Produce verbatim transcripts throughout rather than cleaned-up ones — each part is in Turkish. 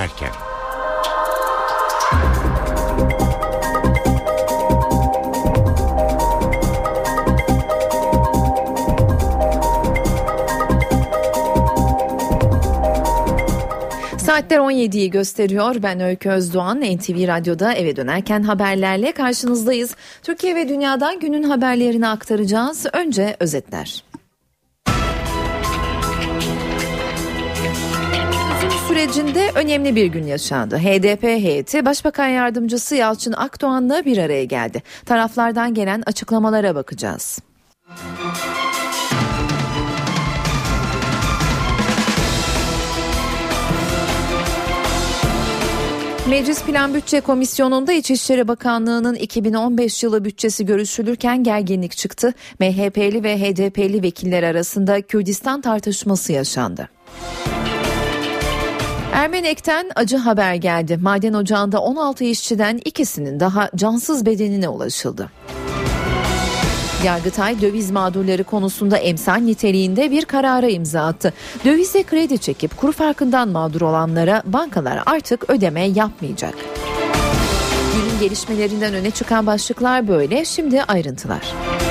dönerken. Saatler on yediyi gösteriyor. Ben Öykü Özdoğan. N T V Radyo'da eve dönerken haberlerle karşınızdayız. Türkiye ve dünyadan günün haberlerini aktaracağız. Önce özetler. Sürecinde önemli bir gün yaşandı. H D P heyeti Başbakan Yardımcısı Yalçın Akdoğan'la bir araya geldi. Taraflardan gelen açıklamalara bakacağız. Meclis Plan Bütçe Komisyonu'nda İçişleri Bakanlığı'nın iki bin on beş yılı bütçesi görüşülürken gerginlik çıktı. M H P'li ve H D P'li vekiller arasında Kürdistan tartışması yaşandı. Ermenek'ten acı haber geldi. Maden ocağında on altı işçiden ikisinin daha cansız bedenine ulaşıldı. Yargıtay döviz mağdurları konusunda emsal niteliğinde bir karara imza attı. Dövize kredi çekip kur farkından mağdur olanlara bankalar artık ödeme yapmayacak. Günün gelişmelerinden öne çıkan başlıklar böyle. Şimdi ayrıntılar.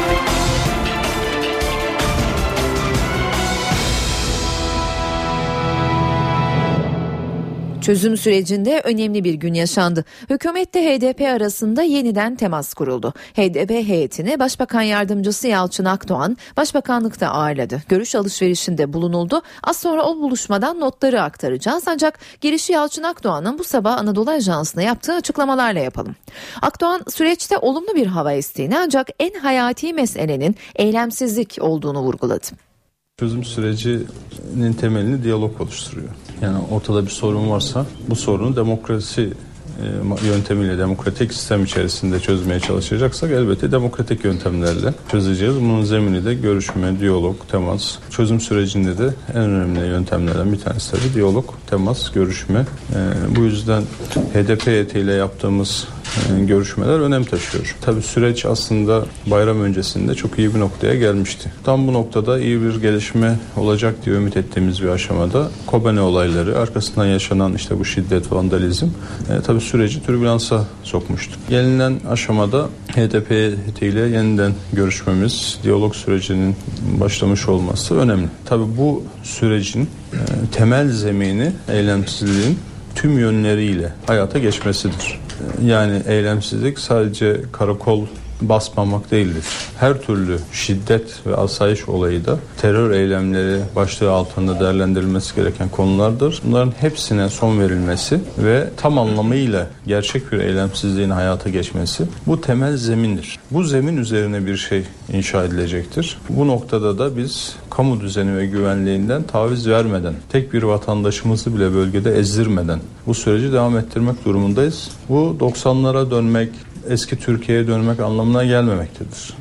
Çözüm sürecinde önemli bir gün yaşandı. Hükümetle H D P arasında yeniden temas kuruldu. H D P heyetini Başbakan Yardımcısı Yalçın Akdoğan Başbakanlıkta ağırladı. Görüş alışverişinde bulunuldu. Az sonra o buluşmadan notları aktaracağız. Ancak girişi Yalçın Akdoğan'ın bu sabah Anadolu Ajansı'na yaptığı açıklamalarla yapalım. Akdoğan süreçte olumlu bir hava estiğini ancak en hayati meselenin eylemsizlik olduğunu vurguladı. Çözüm sürecinin temelini diyalog oluşturuyor. Yani ortada bir sorun varsa bu sorunu demokrasi e, yöntemiyle, demokratik sistem içerisinde çözmeye çalışacaksak elbette demokratik yöntemlerle çözeceğiz. Bunun zemini de görüşme, diyalog, temas. Çözüm sürecinde de en önemli yöntemlerden bir tanesi de diyalog, temas, görüşme. E, bu yüzden H D P heyetiyle yaptığımız e, görüşmeler önem taşıyor. Tabii süreç aslında bayram öncesinde çok iyi bir noktaya gelmişti. Tam bu noktada iyi bir gelişme olacak diye ümit ettiğimiz bir aşamada Kobane olayları, arkasından yaşanan işte bu şiddet, vandalizm e, tabii süreci türbülansa sokmuştu. Gelinen aşamada H D P heyetiyle yeniden görüşmemiz, diyalog sürecinin başlamış olması önemli. Tabii bu sürecin e, temel zemini eylemsizliğin tüm yönleriyle hayata geçmesidir. Yani eylemsizlik sadece karakol basmamak değildir. Her türlü şiddet ve asayiş olayı da terör eylemleri başlığı altında değerlendirilmesi gereken konulardır. Bunların hepsine son verilmesi ve tam anlamıyla gerçek bir eylemsizliğin hayata geçmesi bu temel zemindir. Bu zemin üzerine bir şey inşa edilecektir. Bu noktada da biz kamu düzeni ve güvenliğinden taviz vermeden, tek bir vatandaşımızı bile bölgede ezdirmeden bu süreci devam ettirmek durumundayız. Bu doksanlara dönmek, eski Türkiye'ye dönmek anlamına gelmemektedir.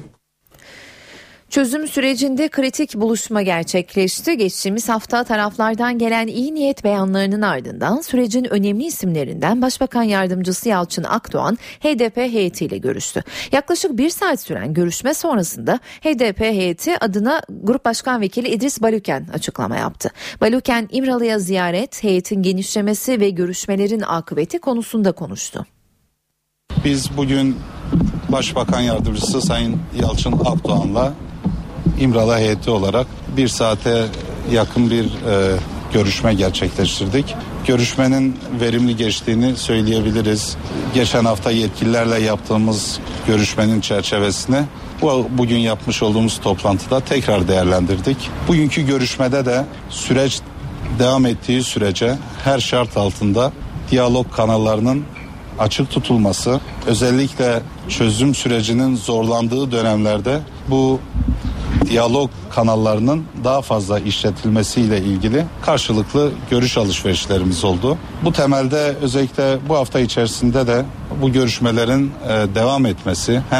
Çözüm sürecinde kritik buluşma gerçekleşti. Geçtiğimiz hafta taraflardan gelen iyi niyet beyanlarının ardından sürecin önemli isimlerinden Başbakan Yardımcısı Yalçın Akdoğan H D P heyetiyle görüştü. Yaklaşık bir saat süren görüşme sonrasında H D P heyeti adına Grup Başkan Vekili İdris Baluken açıklama yaptı. Baluken İmralı'ya ziyaret, heyetin genişlemesi ve görüşmelerin akıbeti konusunda konuştu. Biz bugün Başbakan Yardımcısı Sayın Yalçın Akdoğan'la İmralı heyeti olarak bir saate yakın bir e, görüşme gerçekleştirdik. Görüşmenin verimli geçtiğini söyleyebiliriz. Geçen hafta yetkililerle yaptığımız görüşmenin çerçevesini bu bugün yapmış olduğumuz toplantıda tekrar değerlendirdik. Bugünkü görüşmede de süreç devam ettiği sürece her şart altında diyalog kanallarının açık tutulması, özellikle çözüm sürecinin zorlandığı dönemlerde bu diyalog kanallarının daha fazla işletilmesiyle ilgili karşılıklı görüş alışverişlerimiz oldu. Bu temelde özellikle bu hafta içerisinde de bu görüşmelerin devam etmesi hem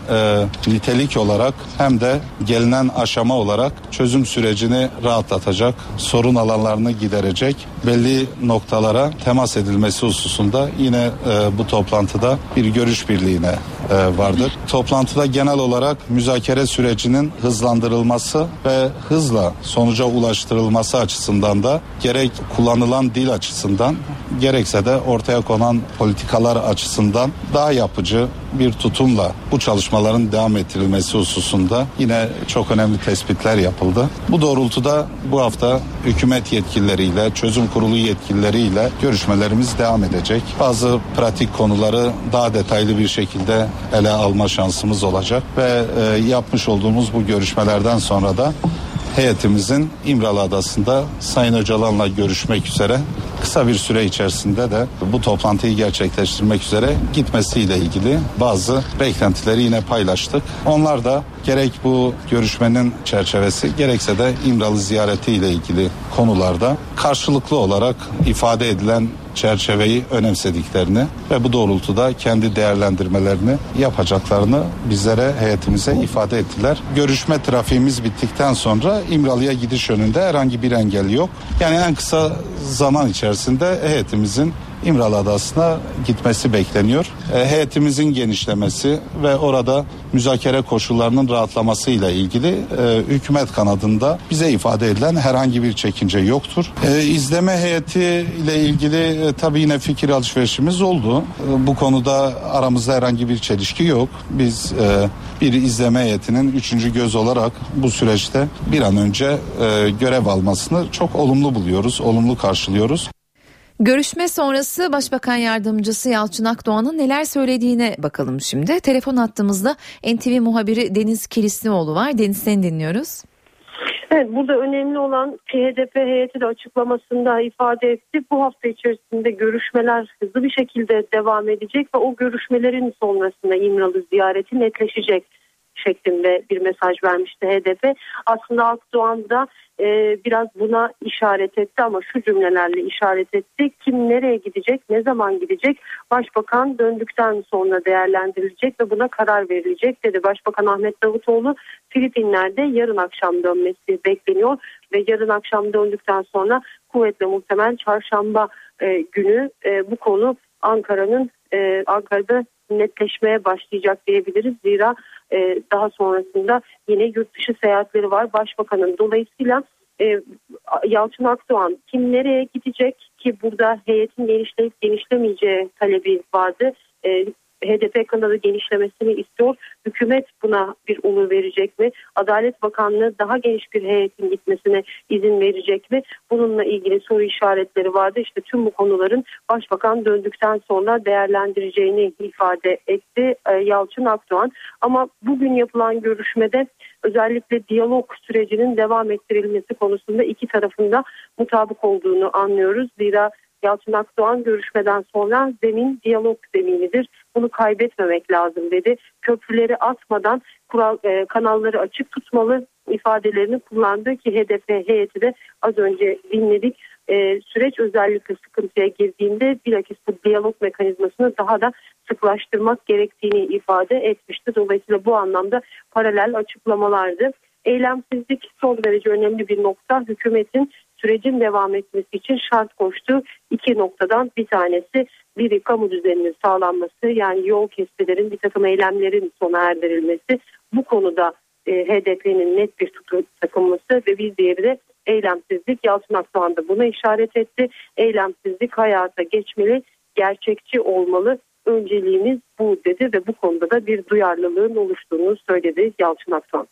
e, nitelik olarak hem de gelinen aşama olarak çözüm sürecini rahatlatacak, sorun alanlarını giderecek belli noktalara temas edilmesi hususunda yine e, bu toplantıda bir görüş birliğine e, vardır. Toplantıda genel olarak müzakere sürecinin hızlandırılması ve hızla sonuca ulaştırılması açısından da gerek kullanılan dil açısından gerekse de ortaya konan politikalar açısından daha yapıcı bir tutumla bu çalışmaların devam ettirilmesi hususunda yine çok önemli tespitler yapıldı. Bu doğrultuda bu hafta hükümet yetkilileriyle, çözüm kurulu yetkilileriyle görüşmelerimiz devam edecek. Bazı pratik konuları daha detaylı bir şekilde ele alma şansımız olacak ve e, yapmış olduğumuz bu görüşmelerden sonra da heyetimizin İmralı Adası'nda Sayın Öcalan'la görüşmek üzere kısa bir süre içerisinde de bu toplantıyı gerçekleştirmek üzere gitmesiyle ilgili bazı beklentileri yine paylaştık. Onlar da gerek bu görüşmenin çerçevesi gerekse de İmralı ziyareti ile ilgili konularda karşılıklı olarak ifade edilen çerçeveyi önemsediklerini ve bu doğrultuda kendi değerlendirmelerini yapacaklarını bizlere, heyetimize ifade ettiler. Görüşme trafiğimiz bittikten sonra İmralı'ya gidiş yönünde herhangi bir engel yok. Yani en kısa zaman içerisinde heyetimizin İmralı Adası'na gitmesi bekleniyor. E, heyetimizin genişlemesi ve orada müzakere koşullarının rahatlamasıyla ilgili e, hükümet kanadında bize ifade edilen herhangi bir çekince yoktur. E, izleme heyeti ile ilgili e, tabii yine fikir alışverişimiz oldu. E, bu konuda aramızda herhangi bir çelişki yok. Biz e, bir izleme heyetinin üçüncü göz olarak bu süreçte bir an önce e, görev almasını çok olumlu buluyoruz, olumlu karşılıyoruz. Görüşme sonrası Başbakan Yardımcısı Yalçın Akdoğan'ın neler söylediğine bakalım şimdi. Telefon hattımızda N T V muhabiri Deniz Kilislioğlu var. Deniz, seni dinliyoruz. Evet, burada önemli olan H D P heyeti de açıklamasında ifade etti. Bu hafta içerisinde görüşmeler hızlı bir şekilde devam edecek ve o görüşmelerin sonrasında İmralı ziyareti netleşecek şeklinde bir mesaj vermişti H D P. Aslında Akdoğan da e, biraz buna işaret etti ama şu cümlelerle işaret etti. Kim nereye gidecek, ne zaman gidecek? Başbakan döndükten sonra değerlendirilecek ve buna karar verilecek dedi. Başbakan Ahmet Davutoğlu Filipinler'de yarın akşam dönmesi bekleniyor ve yarın akşam döndükten sonra kuvvetle muhtemel çarşamba e, günü e, bu konu Ankara'nın e, Ankara'da netleşmeye başlayacak diyebiliriz. Zira e, daha sonrasında yine yurt dışı seyahatleri var Başbakanın. Dolayısıyla e, Yalçın Akdoğan kim nereye gidecek ki burada heyetin genişleyip genişlemeyeceği talebi vardı. E, H D P kanalı genişlemesini istiyor. Hükümet buna bir onur verecek mi? Adalet Bakanlığı daha geniş bir heyetin gitmesine izin verecek mi? Bununla ilgili soru işaretleri vardı. İşte tüm bu konuların Başbakan döndükten sonra değerlendireceğini ifade etti Yalçın Akdoğan. Ama bugün yapılan görüşmede özellikle diyalog sürecinin devam ettirilmesi konusunda iki tarafında mutabık olduğunu anlıyoruz. Zira Yalçın Akdoğan görüşmeden sonra zemin diyalog zeminidir. Bunu kaybetmemek lazım dedi. Köprüleri atmadan kural, e, kanalları açık tutmalı ifadelerini kullandı ki H D P heyeti de az önce dinledik. E, süreç özellikle sıkıntıya girdiğinde bilakis bu diyalog mekanizmasını daha da sıklaştırmak gerektiğini ifade etmişti. Dolayısıyla bu anlamda paralel açıklamalardı. Eylemsizlik son derece önemli bir nokta. Hükümetin sürecin devam etmesi için şart koştuğu iki noktadan bir tanesi, biri kamu düzeninin sağlanması, yani yol kestilerin, bir takım eylemlerin sona erdirilmesi. Bu konuda e, H D P'nin net bir tutum takılması ve bir diğeri de eylemsizlik. Yalçın Akdoğan da buna işaret etti. Eylemsizlik hayata geçmeli, gerçekçi olmalı. Önceliğimiz bu dedi ve bu konuda da bir duyarlılığın oluştuğunu söyledi Yalçın Akdoğan.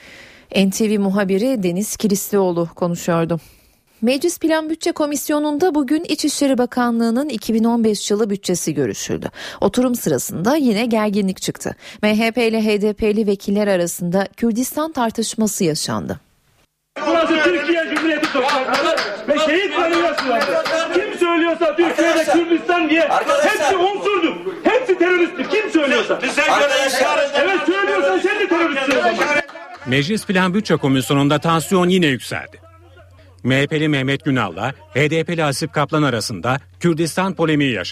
N T V muhabiri Deniz Kilislioğlu konuşuyordu. Meclis Plan Bütçe Komisyonu'nda bugün İçişleri Bakanlığı'nın iki bin on beş yılı bütçesi görüşüldü. Oturum sırasında yine gerginlik çıktı. M H P ile H D P'li vekiller arasında Kürdistan tartışması yaşandı. Burası Türkiye Cumhuriyeti toprakları ve şehit söylüyorsunuz. Kim söylüyorsa Türkiye'de Kürdistan diye hepsi unsurdur. Hepsi teröristtir. Kim söylüyorsa. Evet, söylüyorsan sen de teröristsin. Meclis Plan Bütçe Komisyonu'nda tansiyon yine yükseldi. M H P'li Mehmet Günal'la H D P'li Hasip Kaplan arasında Kürdistan polemiği yaşandı.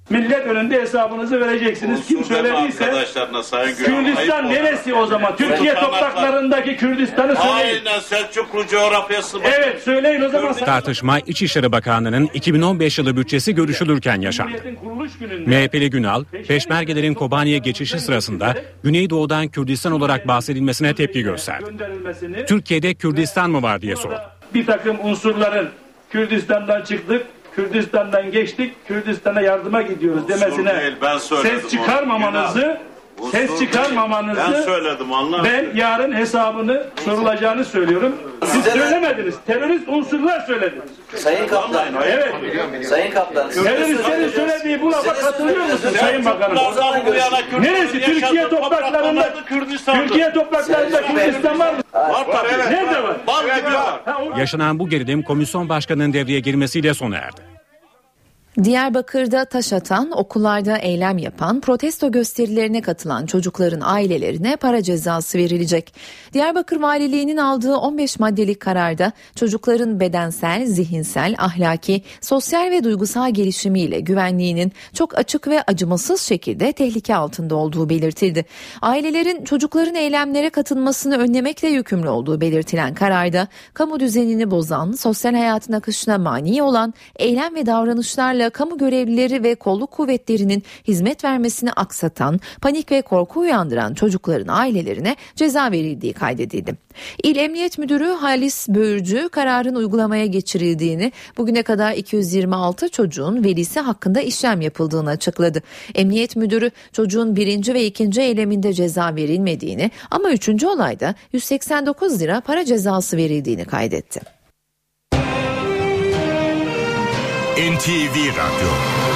Millet önünde hesabınızı vereceksiniz. Kim söylediyse Kürdistan neresi o zaman? Türkiye topraklarındaki Kürdistan'ı söyleyin. Aynen, Selçuklu coğrafyası. Evet, söyleyin o zaman. Tartışma İçişleri Bakanlığı'nın iki bin on beş yılı bütçesi görüşülürken yaşandı. M H P'li Günal, Peşmergelerin Kobani'ye geçişi sırasında Güneydoğu'dan Kürdistan olarak bahsedilmesine tepki gösterdi. Türkiye'de Kürdistan mı var diye sordu. Bir takım unsurların Kürdistan'dan çıktık, Kürdistan'dan geçtik, Kürdistan'a yardıma gidiyoruz demesine değil, ses çıkarmamanızı, onu. ses çıkarmamanızı ben söyledim, ben yarın hesabını sorulacağını söylüyorum. Siz Size söylemediniz, de... terörist unsurlar söyledi. Sayın Kaplan, evet. Sayın Kaplan, teröristlerin söylediği bu lafa katılıyor musun Sayın Bakanım? Neresi? Türkiye topraklarında, Türkiye topraklarında Kürdistan var mı? Var tabii. Evet. Nerede var? Var gibi var. Yaşanan bu gerilim komisyon başkanının devreye girmesiyle sona erdi. Diyarbakır'da taş atan, okullarda eylem yapan, protesto gösterilerine katılan çocukların ailelerine para cezası verilecek. Diyarbakır Valiliği'nin aldığı on beş maddelik kararda çocukların bedensel, zihinsel, ahlaki, sosyal ve duygusal gelişimiyle güvenliğinin çok açık ve acımasız şekilde tehlike altında olduğu belirtildi. Ailelerin çocukların eylemlere katılmasını önlemekle yükümlü olduğu belirtilen kararda kamu düzenini bozan, sosyal hayatın akışına mani olan eylem ve davranışlarla kamu görevlileri ve kolluk kuvvetlerinin hizmet vermesini aksatan, panik ve korku uyandıran çocukların ailelerine ceza verildiği kaydedildi. İl Emniyet Müdürü Halis Böğürcü kararın uygulamaya geçirildiğini, bugüne kadar iki yüz yirmi altı çocuğun velisi hakkında işlem yapıldığını açıkladı. Emniyet Müdürü çocuğun birinci ve ikinci eyleminde ceza verilmediğini ama üçüncü olayda yüz seksen dokuz lira para cezası verildiğini kaydetti. N T V Radyo.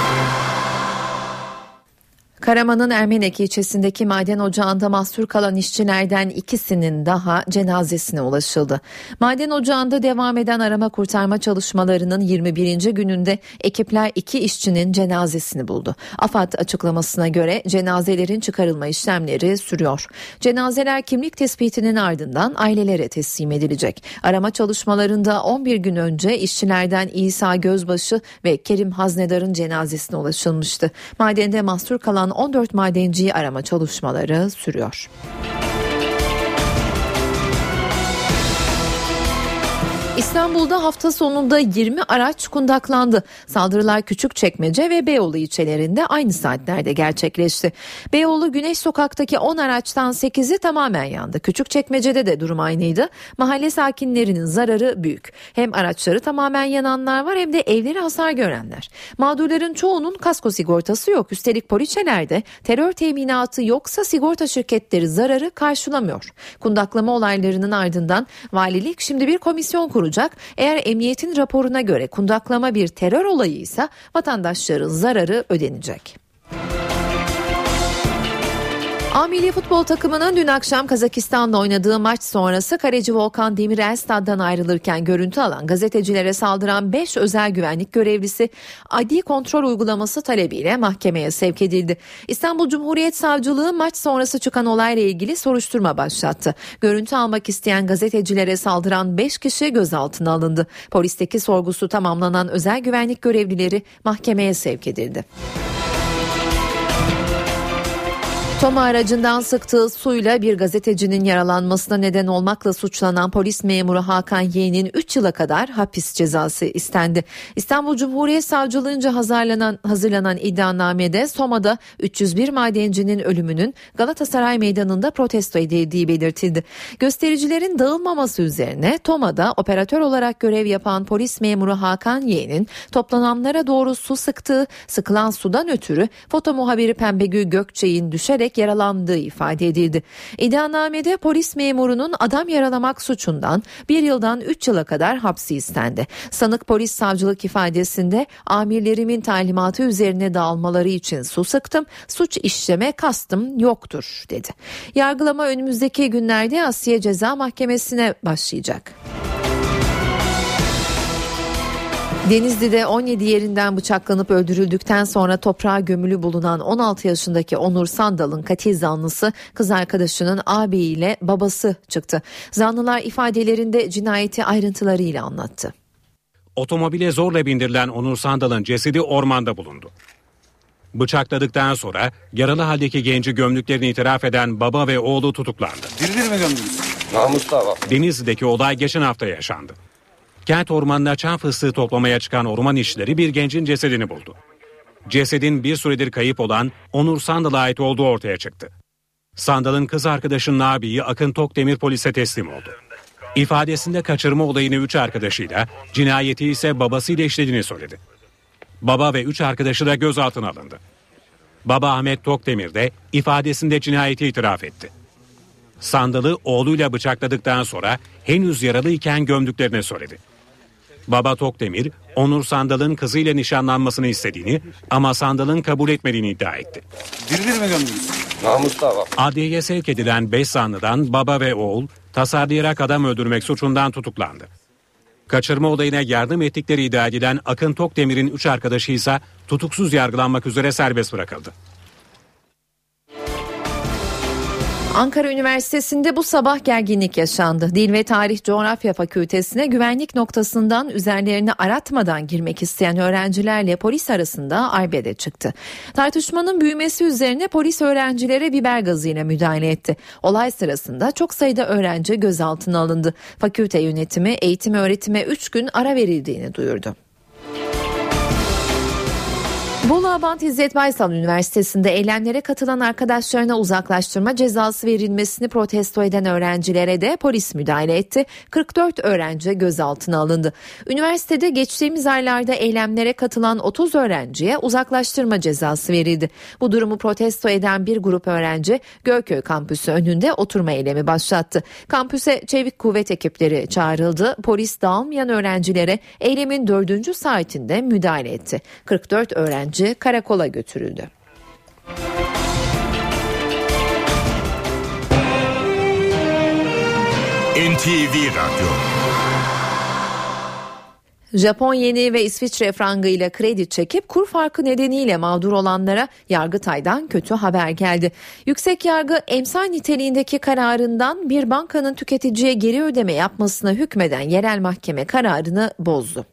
Karaman'ın Ermenek ilçesindeki maden ocağında mahsur kalan işçilerden ikisinin daha cenazesine ulaşıldı. Maden ocağında devam eden arama kurtarma çalışmalarının yirmi birinci gününde ekipler iki işçinin cenazesini buldu. AFAD açıklamasına göre cenazelerin çıkarılma işlemleri sürüyor. Cenazeler kimlik tespitinin ardından ailelere teslim edilecek. Arama çalışmalarında on bir gün önce işçilerden İsa Gözbaşı ve Kerim Haznedar'ın cenazesine ulaşılmıştı. Madende mahsur kalan on dört madenciyi arama çalışmaları sürüyor. İstanbul'da hafta sonunda yirmi araç kundaklandı. Saldırılar Küçükçekmece ve Beyoğlu ilçelerinde aynı saatlerde gerçekleşti. Beyoğlu Güneş Sokak'taki on araçtan sekizi tamamen yandı. Küçükçekmece'de de durum aynıydı. Mahalle sakinlerinin zararı büyük. Hem araçları tamamen yananlar var hem de evleri hasar görenler. Mağdurların çoğunun kasko sigortası yok. Üstelik poliçelerde terör teminatı yoksa sigorta şirketleri zararı karşılamıyor. Kundaklama olaylarının ardından valilik şimdi bir komisyon kurdu. Eğer emniyetin raporuna göre kundaklama bir terör olayıysa vatandaşların zararı ödenecek. A Milli Futbol takımının dün akşam Kazakistan'da oynadığı maç sonrası kaleci Volkan Demirel staddan ayrılırken görüntü alan gazetecilere saldıran beş özel güvenlik görevlisi adli kontrol uygulaması talebiyle mahkemeye sevk edildi. İstanbul Cumhuriyet Savcılığı maç sonrası çıkan olayla ilgili soruşturma başlattı. Görüntü almak isteyen gazetecilere saldıran beş kişi gözaltına alındı. Polisteki sorgusu tamamlanan özel güvenlik görevlileri mahkemeye sevk edildi. Toma aracından sıktığı suyla bir gazetecinin yaralanmasına neden olmakla suçlanan polis memuru Hakan Y'nin üç yıla kadar hapis cezası istendi. İstanbul Cumhuriyet Savcılığınca hazırlanan, hazırlanan iddianamede Soma'da üç yüz bir madencinin ölümünün Galatasaray Meydanı'nda protesto edildiği belirtildi. Göstericilerin dağılmaması üzerine Toma'da operatör olarak görev yapan polis memuru Hakan Y'nin toplananlara doğru su sıktığı, sıkılan sudan ötürü foto muhabiri Pembegül Gökçek'in düşerek yaralandığı ifade edildi. İddianamede polis memurunun adam yaralamak suçundan bir yıldan üç yıla kadar hapsi istendi. Sanık polis savcılık ifadesinde amirlerimin talimatı üzerine dağılmaları için su sıktım, suç işleme kastım yoktur dedi. Yargılama önümüzdeki günlerde Asliye Ceza Mahkemesi'ne başlayacak. Denizli'de on yedi yerinden bıçaklanıp öldürüldükten sonra toprağa gömülü bulunan on altı yaşındaki Onur Sandal'ın katil zanlısı kız arkadaşının ağabeyiyle babası çıktı. Zanlılar ifadelerinde cinayeti ayrıntılarıyla anlattı. Otomobile zorla bindirilen Onur Sandal'ın cesedi ormanda bulundu. Bıçakladıktan sonra yaralı haldeki genci gömdüklerini itiraf eden baba ve oğlu tutuklandı. Diri mi gömdünüz? Namusla bak. Denizli'deki olay geçen hafta yaşandı. Kent ormanına çam fıstığı toplamaya çıkan orman işçileri bir gencin cesedini buldu. Cesedin bir süredir kayıp olan Onur Sandal'a ait olduğu ortaya çıktı. Sandal'ın kız arkadaşının abiyi Akın Tokdemir polise teslim oldu. İfadesinde kaçırma olayını üç arkadaşıyla, cinayeti ise babasıyla işlediğini söyledi. Baba ve üç arkadaşı da gözaltına alındı. Baba Ahmet Tokdemir de ifadesinde cinayeti itiraf etti. Sandal'ı oğluyla bıçakladıktan sonra henüz yaralıyken gömdüklerini söyledi. Baba Tokdemir, Onur Sandal'ın kızıyla nişanlanmasını istediğini ama Sandal'ın kabul etmediğini iddia etti. Diri mi gömdünüz? Namusla bak. Adliyeye sevk edilen beş zanlıdan baba ve oğul tasarlayarak adam öldürmek suçundan tutuklandı. Kaçırma olayına yardım ettikleri iddia edilen Akın Tokdemir'in üç arkadaşı ise tutuksuz yargılanmak üzere serbest bırakıldı. Ankara Üniversitesi'nde bu sabah gerginlik yaşandı. Dil ve Tarih Coğrafya Fakültesine güvenlik noktasından üzerlerini aratmadan girmek isteyen öğrencilerle polis arasında arbede çıktı. Tartışmanın büyümesi üzerine polis öğrencilere biber gazıyla müdahale etti. Olay sırasında çok sayıda öğrenci gözaltına alındı. Fakülte yönetimi eğitim öğretime üç gün ara verildiğini duyurdu. Bolu Abant İzzet Baysal Üniversitesi'nde eylemlere katılan arkadaşlarına uzaklaştırma cezası verilmesini protesto eden öğrencilere de polis müdahale etti. kırk dört öğrenci gözaltına alındı. Üniversitede geçtiğimiz aylarda eylemlere katılan otuz öğrenciye uzaklaştırma cezası verildi. Bu durumu protesto eden bir grup öğrenci Gölköy kampüsü önünde oturma eylemi başlattı. Kampüse çevik kuvvet ekipleri çağrıldı. Polis dağılmayan öğrencilere eylemin dördüncü saatinde müdahale etti. kırk dört öğrenci karakola götürüldü. N T V Radyo. Japon yeni ve İsviçre frangı ile kredi çekip kur farkı nedeniyle mağdur olanlara Yargıtay'dan kötü haber geldi. Yüksek Yargı emsal niteliğindeki kararından bir bankanın tüketiciye geri ödeme yapmasına hükmeden yerel mahkeme kararını bozdu.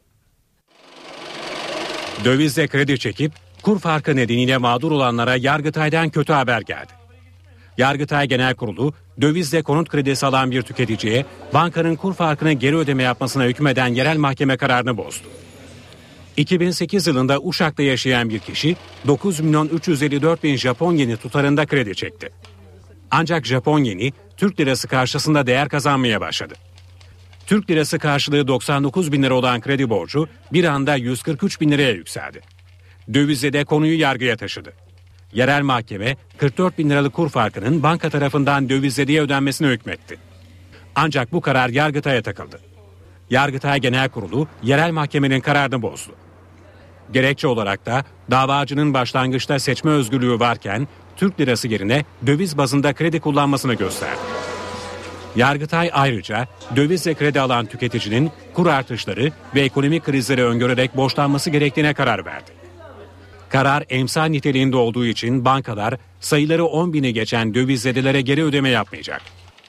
Dövizle kredi çekip kur farkı nedeniyle mağdur olanlara Yargıtay'dan kötü haber geldi. Yargıtay Genel Kurulu dövizle konut kredisi alan bir tüketiciye bankanın kur farkını geri ödeme yapmasına hükmeden yerel mahkeme kararını bozdu. iki bin sekiz yılında Uşak'ta yaşayan bir kişi dokuz milyon üç yüz elli dört bin Japon yeni tutarında kredi çekti. Ancak Japon yeni Türk lirası karşısında değer kazanmaya başladı. Türk lirası karşılığı doksan dokuz bin lira olan kredi borcu bir anda yüz kırk üç bin liraya yükseldi. Dövizle de konuyu yargıya taşıdı. Yerel mahkeme kırk dört bin liralık kur farkının banka tarafından dövizle diye ödenmesine hükmetti. Ancak bu karar Yargıtay'a takıldı. Yargıtay Genel Kurulu yerel mahkemenin kararını bozdu. Gerekçe olarak da davacının başlangıçta seçme özgürlüğü varken Türk lirası yerine döviz bazında kredi kullanmasını gösterdi. Yargıtay ayrıca dövizle kredi alan tüketicinin kur artışları ve ekonomik krizleri öngörerek borçlanması gerektiğine karar verdi. Karar emsal niteliğinde olduğu için bankalar sayıları on bini geçen dövizzedelere geri ödeme yapmayacak.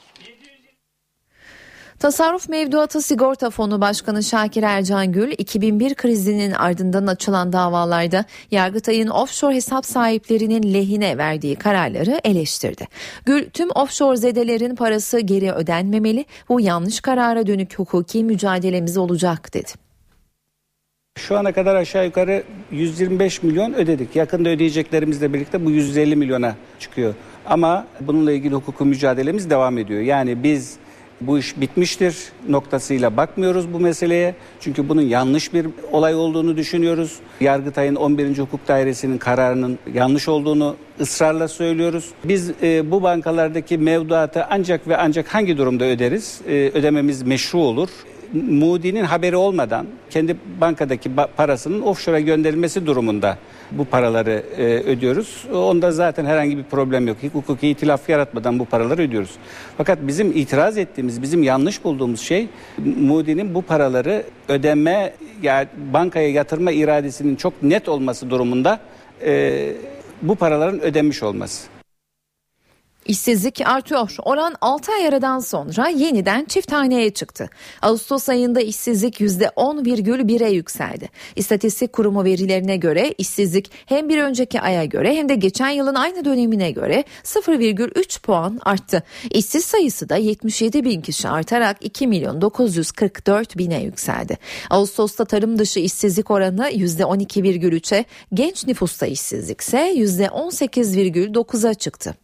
Tasarruf Mevduatı Sigorta Fonu Başkanı Şakir Ercan Gül, iki bin bir krizinin ardından açılan davalarda Yargıtay'ın offshore hesap sahiplerinin lehine verdiği kararları eleştirdi. Gül, tüm offshore zedelerin parası geri ödenmemeli, bu yanlış karara dönük hukuki mücadelemiz olacak dedi. Şu ana kadar aşağı yukarı yüz yirmi beş milyon ödedik. Yakında ödeyeceklerimizle birlikte bu yüz elli milyona çıkıyor. Ama bununla ilgili hukuki mücadelemiz devam ediyor. Yani biz bu iş bitmiştir noktasıyla bakmıyoruz bu meseleye. Çünkü bunun yanlış bir olay olduğunu düşünüyoruz. Yargıtay'ın on birinci Hukuk Dairesi'nin kararının yanlış olduğunu ısrarla söylüyoruz. Biz e, bu bankalardaki mevduatı ancak ve ancak hangi durumda öderiz? E, ödememiz meşru olur. Moody'nin haberi olmadan kendi bankadaki parasının offshore'a gönderilmesi durumunda bu paraları e, ödüyoruz. Onda zaten herhangi bir problem yok. Hukuki itilaf yaratmadan bu paraları ödüyoruz. Fakat bizim itiraz ettiğimiz, bizim yanlış bulduğumuz şey Moody'nin bu paraları ödeme, yani bankaya yatırma iradesinin çok net olması durumunda e, bu paraların ödenmiş olması. İşsizlik artıyor. Oran altı ay aradan sonra yeniden çift haneye çıktı. Ağustos ayında işsizlik yüzde on virgül bire yükseldi. İstatistik Kurumu verilerine göre işsizlik hem bir önceki aya göre hem de geçen yılın aynı dönemine göre sıfır virgül üç puan arttı. İşsiz sayısı da yetmiş yedi bin kişi artarak iki milyon dokuz yüz kırk dört bine yükseldi. Ağustos'ta tarım dışı işsizlik oranı yüzde on iki virgül üçe, genç nüfusta işsizlik ise yüzde on sekiz virgül dokuza çıktı.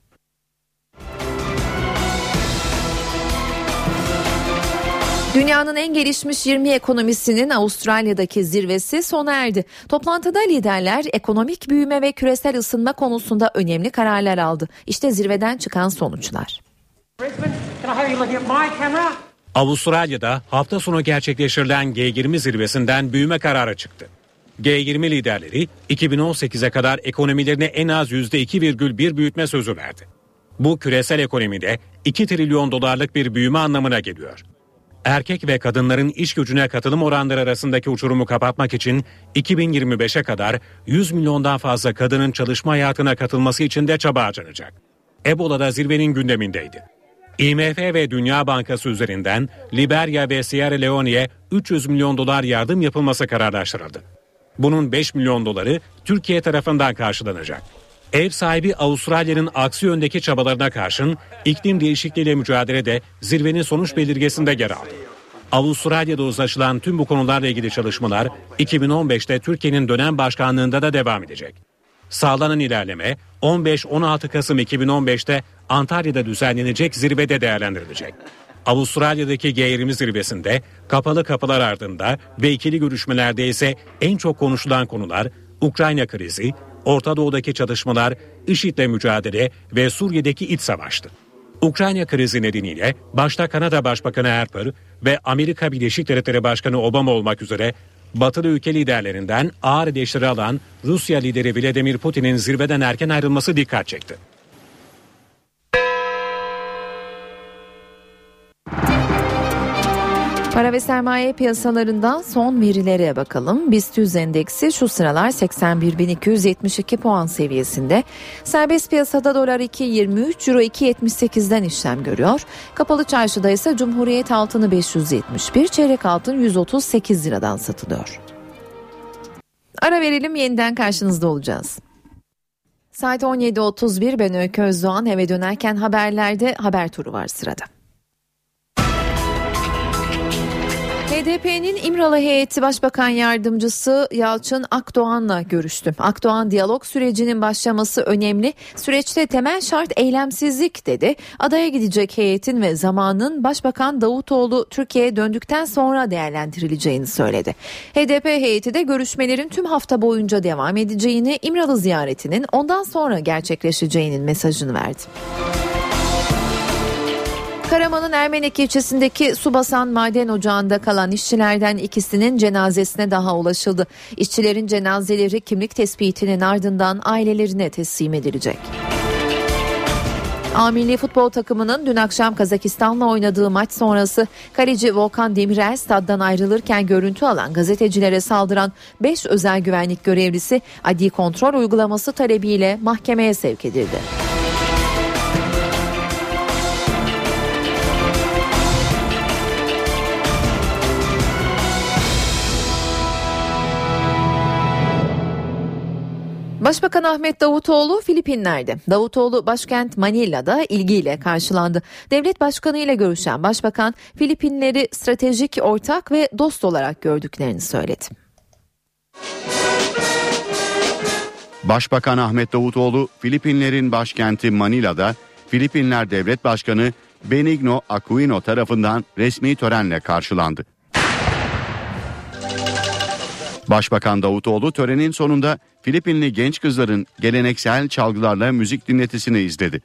Dünyanın en gelişmiş yirmi ekonomisinin Avustralya'daki zirvesi sona erdi. Toplantıda liderler ekonomik büyüme ve küresel ısınma konusunda önemli kararlar aldı. İşte zirveden çıkan sonuçlar. Avustralya'da hafta sonu gerçekleştirilen G yirmi zirvesinden büyüme kararı çıktı. G yirmi liderleri iki bin on sekize kadar ekonomilerini en az yüzde iki virgül bir büyütme sözü verdi. Bu küresel ekonomide iki trilyon dolarlık bir büyüme anlamına geliyor. Erkek ve kadınların iş gücüne katılım oranları arasındaki uçurumu kapatmak için iki bin yirmi beşe kadar yüz milyondan fazla kadının çalışma hayatına katılması için de çaba harcanacak. Ebola da zirvenin gündemindeydi. I M F ve Dünya Bankası üzerinden Liberya ve Sierra Leone'ye üç yüz milyon dolar yardım yapılması kararlaştırıldı. Bunun beş milyon doları Türkiye tarafından karşılanacak. Ev sahibi Avustralya'nın aksi yöndeki çabalarına karşın iklim değişikliğiyle mücadelede zirvenin sonuç belirgesinde yer aldı. Avustralya'da uzlaşılan tüm bu konularla ilgili çalışmalar iki bin on beşte Türkiye'nin dönem başkanlığında da devam edecek. Sağlanan ilerleme on beş on altı Kasım iki bin on beşte Antalya'da düzenlenecek zirvede değerlendirilecek. Avustralya'daki G yirmi zirvesinde kapalı kapılar ardında ve ikili görüşmelerde ise en çok konuşulan konular Ukrayna krizi, Orta Doğu'daki çatışmalar, IŞİD'le mücadele ve Suriye'deki iç savaştı. Ukrayna krizi nedeniyle başta Kanada Başbakanı Harper ve Amerika Birleşik Devletleri Başkanı Obama olmak üzere Batılı ülke liderlerinden ağır eleştiri alan Rusya lideri Vladimir Putin'in zirveden erken ayrılması dikkat çekti. Para ve sermaye piyasalarından son verilere bakalım. BIST yüz endeksi şu sıralar seksen bir bin iki yüz yetmiş iki puan seviyesinde. Serbest piyasada dolar iki virgül yirmi üç, euro iki virgül yetmiş sekizden işlem görüyor. Kapalı çarşıda ise Cumhuriyet altını beş yüz yetmiş bir, çeyrek altın yüz otuz sekiz liradan satılıyor. Ara verelim, yeniden karşınızda olacağız. Saat on yedi otuz bir, ben Öykü Özdoğan. Eve dönerken haberlerde haber turu var sırada. H D P'nin İmralı heyeti Başbakan Yardımcısı Yalçın Akdoğan'la görüştü. Akdoğan, diyalog sürecinin başlaması önemli. Süreçte temel şart eylemsizlik dedi. Adaya gidecek heyetin ve zamanın Başbakan Davutoğlu Türkiye'ye döndükten sonra değerlendirileceğini söyledi. H D P heyeti de görüşmelerin tüm hafta boyunca devam edeceğini, İmralı ziyaretinin ondan sonra gerçekleşeceğinin mesajını verdi. Karaman'ın Ermenek ilçesindeki su basan maden ocağında kalan işçilerden ikisinin cenazesine daha ulaşıldı. İşçilerin cenazeleri kimlik tespitinin ardından ailelerine teslim edilecek. A milli futbol takımının dün akşam Kazakistan'la oynadığı maç sonrası kaleci Volkan Demirel staddan ayrılırken görüntü alan gazetecilere saldıran beş özel güvenlik görevlisi adli kontrol uygulaması talebiyle mahkemeye sevk edildi. Başbakan Ahmet Davutoğlu Filipinler'de. Davutoğlu başkent Manila'da ilgiyle karşılandı. Devlet başkanı ile görüşen başbakan Filipinleri stratejik ortak ve dost olarak gördüklerini söyledi. Başbakan Ahmet Davutoğlu Filipinlerin başkenti Manila'da Filipinler Devlet Başkanı Benigno Aquino tarafından resmi törenle karşılandı. Başbakan Davutoğlu törenin sonunda Filipinli genç kızların geleneksel çalgılarla müzik dinletisini izledi.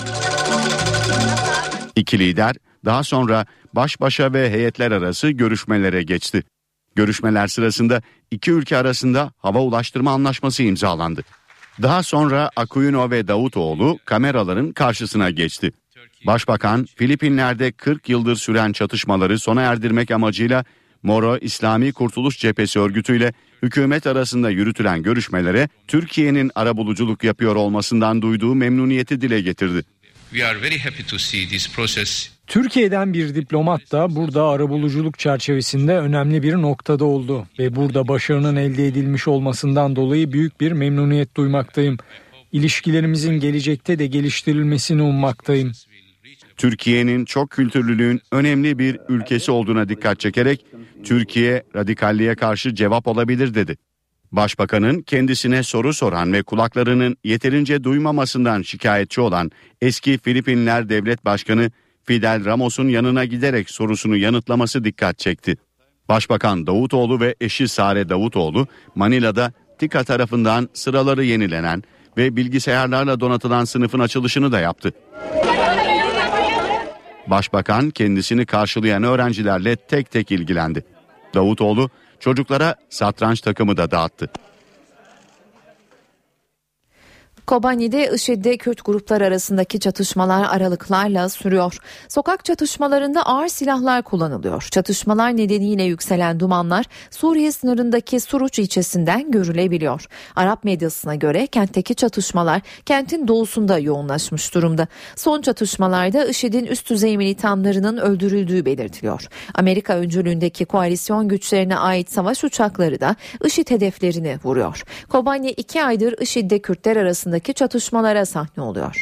İki lider daha sonra baş başa ve heyetler arası görüşmelere geçti. Görüşmeler sırasında iki ülke arasında hava ulaştırma anlaşması imzalandı. Daha sonra Aquino ve Davutoğlu kameraların karşısına geçti. Başbakan, Filipinler'de kırk yıldır süren çatışmaları sona erdirmek amacıyla Moro İslami Kurtuluş Cephesi örgütüyle hükümet arasında yürütülen görüşmelere Türkiye'nin arabuluculuk yapıyor olmasından duyduğu memnuniyeti dile getirdi. We are very happy to see this process. Türkiye'den bir diplomat da burada arabuluculuk çerçevesinde önemli bir noktada oldu ve burada başarının elde edilmiş olmasından dolayı büyük bir memnuniyet duymaktayım. İlişkilerimizin gelecekte de geliştirilmesini ummaktayım. Türkiye'nin çok kültürlülüğün önemli bir ülkesi olduğuna dikkat çekerek Türkiye radikalliğe karşı cevap olabilir dedi. Başbakanın kendisine soru soran ve kulaklarının yeterince duymamasından şikayetçi olan eski Filipinler Devlet Başkanı Fidel Ramos'un yanına giderek sorusunu yanıtlaması dikkat çekti. Başbakan Davutoğlu ve eşi Sare Davutoğlu Manila'da TİKA tarafından sıraları yenilenen ve bilgisayarlarla donatılan sınıfın açılışını da yaptı. Başbakan kendisini karşılayan öğrencilerle tek tek ilgilendi. Davutoğlu çocuklara satranç takımı da dağıttı. Kobani'de IŞİD'de Kürt gruplar arasındaki çatışmalar aralıklarla sürüyor. Sokak çatışmalarında ağır silahlar kullanılıyor. Çatışmalar nedeniyle yükselen dumanlar Suriye sınırındaki Suruç ilçesinden görülebiliyor. Arap medyasına göre kentteki çatışmalar kentin doğusunda yoğunlaşmış durumda. Son çatışmalarda IŞİD'in üst düzey militanlarının öldürüldüğü belirtiliyor. Amerika öncülüğündeki koalisyon güçlerine ait savaş uçakları da IŞİD hedeflerini vuruyor. Kobani iki aydır IŞİD'de Kürtler arasında çatışmalara sahne oluyor.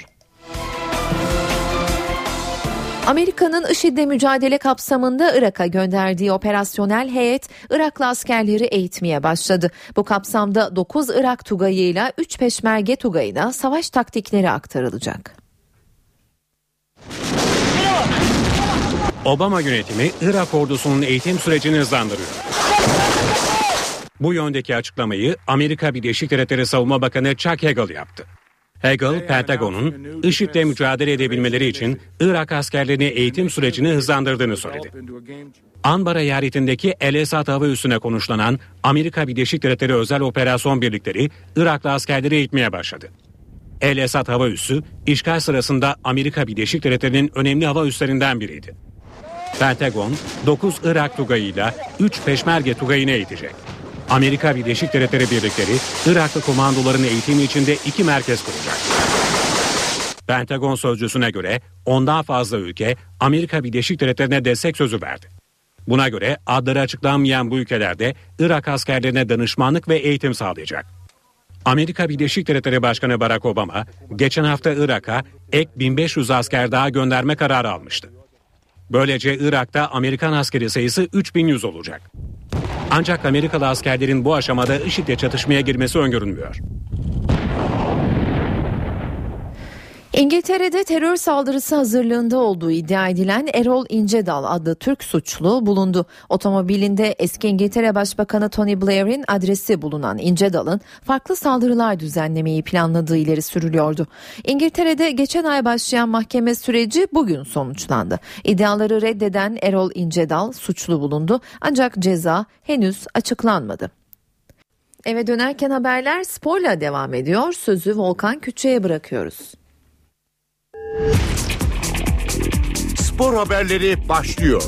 Amerika'nın IŞİD'le mücadele kapsamında Irak'a gönderdiği operasyonel heyet Iraklı askerleri eğitmeye başladı. Bu kapsamda dokuz Irak tugayıyla üç Peşmerge tugayına savaş taktikleri aktarılacak. Obama yönetimi Irak ordusunun eğitim sürecini hızlandırıyor. Bu yöndeki açıklamayı Amerika Birleşik Devletleri Savunma Bakanı Chuck Hagel yaptı. Hagel, Pentagon'un IŞİD'le mücadele edebilmeleri için Irak askerlerini eğitim sürecini hızlandırdığını söyledi. Anbar eyaletindeki El Esad hava üssüne konuşlanan Amerika Birleşik Devletleri Özel Operasyon Birlikleri Iraklı askerleri eğitmeye başladı. El Esad hava üssü işgal sırasında Amerika Birleşik Devletleri'nin önemli hava üslerinden biriydi. Pentagon dokuz Irak tugayıyla üç Peşmerge tugayını eğitecek. Amerika Birleşik Devletleri birlikleri Iraklı komandoların eğitimi için de iki merkez kuracak. Pentagon sözcüsüne göre ondan fazla ülke Amerika Birleşik Devletleri'ne destek sözü verdi. Buna göre adları açıklanmayan bu ülkelerde Irak askerlerine danışmanlık ve eğitim sağlayacak. Amerika Birleşik Devletleri Başkanı Barack Obama geçen hafta Irak'a ek bin beş yüz asker daha gönderme kararı almıştı. Böylece Irak'ta Amerikan askeri sayısı üç bin yüz olacak. Ancak Amerikalı askerlerin bu aşamada IŞİD'le çatışmaya girmesi öngörülmüyor. İngiltere'de terör saldırısı hazırlığında olduğu iddia edilen Erol İncedal adlı Türk suçlu bulundu. Otomobilinde eski İngiltere Başbakanı Tony Blair'in adresi bulunan İncedal'ın farklı saldırılar düzenlemeyi planladığı ileri sürülüyordu. İngiltere'de geçen ay başlayan mahkeme süreci bugün sonuçlandı. İddiaları reddeden Erol İncedal suçlu bulundu ancak ceza henüz açıklanmadı. Eve dönerken haberler sporla devam ediyor. Sözü Volkan Küçük'e bırakıyoruz. Spor haberleri başlıyor.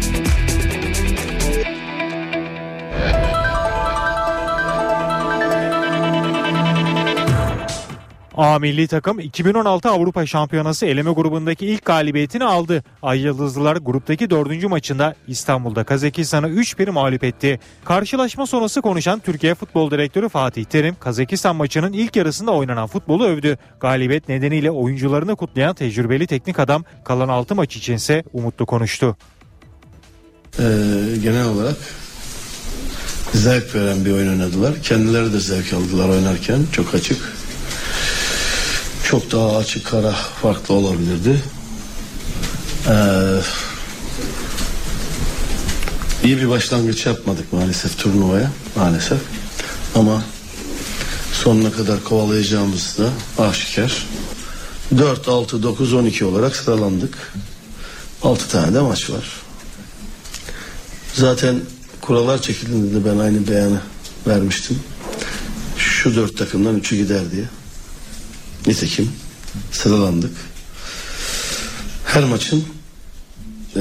A milli takım iki bin on altı Avrupa Şampiyonası eleme grubundaki ilk galibiyetini aldı. Ay Yıldızlılar gruptaki dördüncü maçında İstanbul'da Kazakistan'ı üç bir mağlup etti. Karşılaşma sonrası konuşan Türkiye Futbol Direktörü Fatih Terim, Kazakistan maçının ilk yarısında oynanan futbolu övdü. Galibiyet nedeniyle oyuncularını kutlayan tecrübeli teknik adam kalan altı maç içinse umutlu konuştu. Ee, genel olarak zevk veren bir oyun oynadılar. Kendileri de zevk aldılar oynarken, çok açık. Çok daha açık ara farklı olabilirdi. Ee, iyi bir başlangıç yapmadık maalesef turnuvaya. Maalesef. Ama sonuna kadar kovalayacağımız da aşikar. dört, altı, dokuz, on iki olarak sıralandık. altı tane de maç var. Zaten kurallar çekildiğinde ben aynı beyanı vermiştim. Şu dört takımdan üçü gider diye. Nitekim sıralandık. Her maçın ee,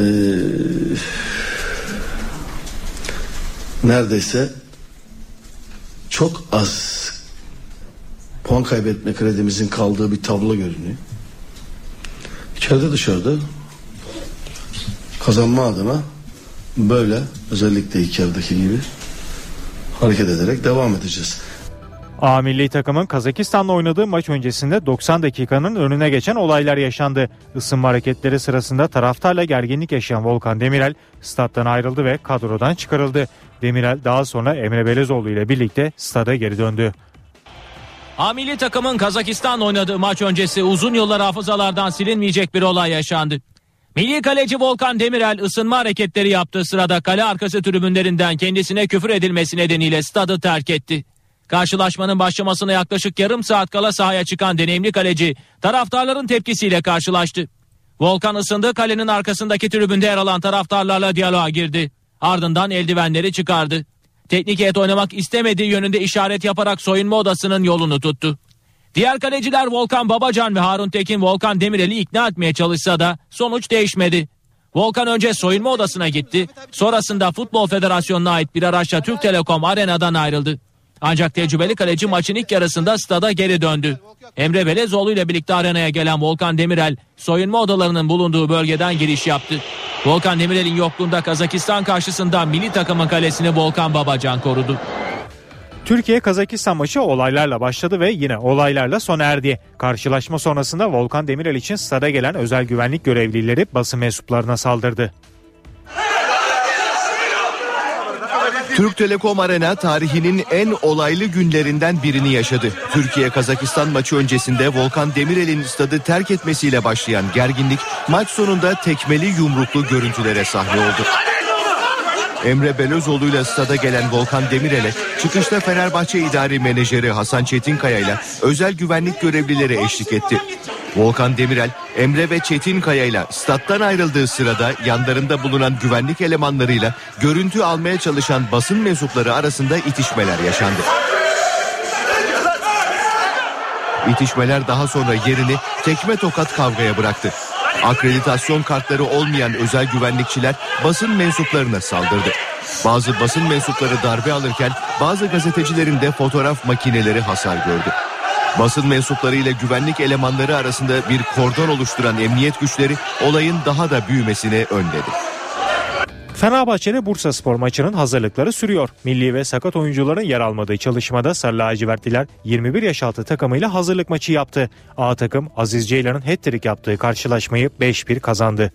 neredeyse çok az puan kaybetme kredimizin kaldığı bir tablo görünüyor. içeride dışarıda kazanma adına böyle özellikle ilk yarıdaki gibi hareket ederek devam edeceğiz. A milli takımın Kazakistan'la oynadığı maç öncesinde doksan dakikanın önüne geçen olaylar yaşandı. Isınma hareketleri sırasında taraftarla gerginlik yaşayan Volkan Demirel stat'tan ayrıldı ve kadrodan çıkarıldı. Demirel daha sonra Emre Belezoğlu ile birlikte stada geri döndü. A milli takımın Kazakistan'la oynadığı maç öncesi uzun yıllar hafızalardan silinmeyecek bir olay yaşandı. Milli kaleci Volkan Demirel ısınma hareketleri yaptığı sırada kale arkası tribünlerinden kendisine küfür edilmesi nedeniyle stadı terk etti. Karşılaşmanın başlamasına yaklaşık yarım saat kala sahaya çıkan deneyimli kaleci taraftarların tepkisiyle karşılaştı. Volkan ısındığı kalenin arkasındaki tribünde yer alan taraftarlarla diyaloğa girdi. Ardından eldivenleri çıkardı. Teknik heyet oynamak istemediği yönünde işaret yaparak soyunma odasının yolunu tuttu. Diğer kaleciler Volkan Babacan ve Harun Tekin Volkan Demirel'i ikna etmeye çalışsa da sonuç değişmedi. Volkan önce soyunma odasına gitti. Sonrasında Futbol Federasyonu'na ait bir araçla Türk Telekom Arena'dan ayrıldı. Ancak tecrübeli kaleci maçın ilk yarısında stada geri döndü. Emre Belezoğlu ile birlikte arenaya gelen Volkan Demirel soyunma odalarının bulunduğu bölgeden giriş yaptı. Volkan Demirel'in yokluğunda Kazakistan karşısında milli takımın kalesini Volkan Babacan korudu. Türkiye-Kazakistan maçı olaylarla başladı ve yine olaylarla sona erdi. Karşılaşma sonrasında Volkan Demirel için stada gelen özel güvenlik görevlileri basın mensuplarına saldırdı. Türk Telekom Arena tarihinin en olaylı günlerinden birini yaşadı. Türkiye-Kazakistan maçı öncesinde Volkan Demirel'in stadı terk etmesiyle başlayan gerginlik maç sonunda tekmeli yumruklu görüntülere sahne oldu. Emre Belezoğlu ile stada gelen Volkan Demirel'e çıkışta Fenerbahçe İdari Menajeri Hasan Çetinkaya ile özel güvenlik görevlileri eşlik etti. Volkan Demirel, Emre ve Çetinkaya ile stat'tan ayrıldığı sırada yanlarında bulunan güvenlik elemanlarıyla görüntü almaya çalışan basın mensupları arasında itişmeler yaşandı. İtişmeler daha sonra yerini tekme tokat kavgaya bıraktı. Akreditasyon kartları olmayan özel güvenlikçiler basın mensuplarına saldırdı. Bazı basın mensupları darbe alırken bazı gazetecilerin de fotoğraf makineleri hasar gördü. Basın mensupları ile güvenlik elemanları arasında bir kordon oluşturan emniyet güçleri olayın daha da büyümesine önledi. Fenerbahçe'de Bursaspor maçının hazırlıkları sürüyor. Milli ve sakat oyuncuların yer almadığı çalışmada Sarı Lacivertliler yirmi bir yaş altı takımıyla hazırlık maçı yaptı. A takım Aziz Ceylan'ın hat-trick yaptığı karşılaşmayı beş bir kazandı.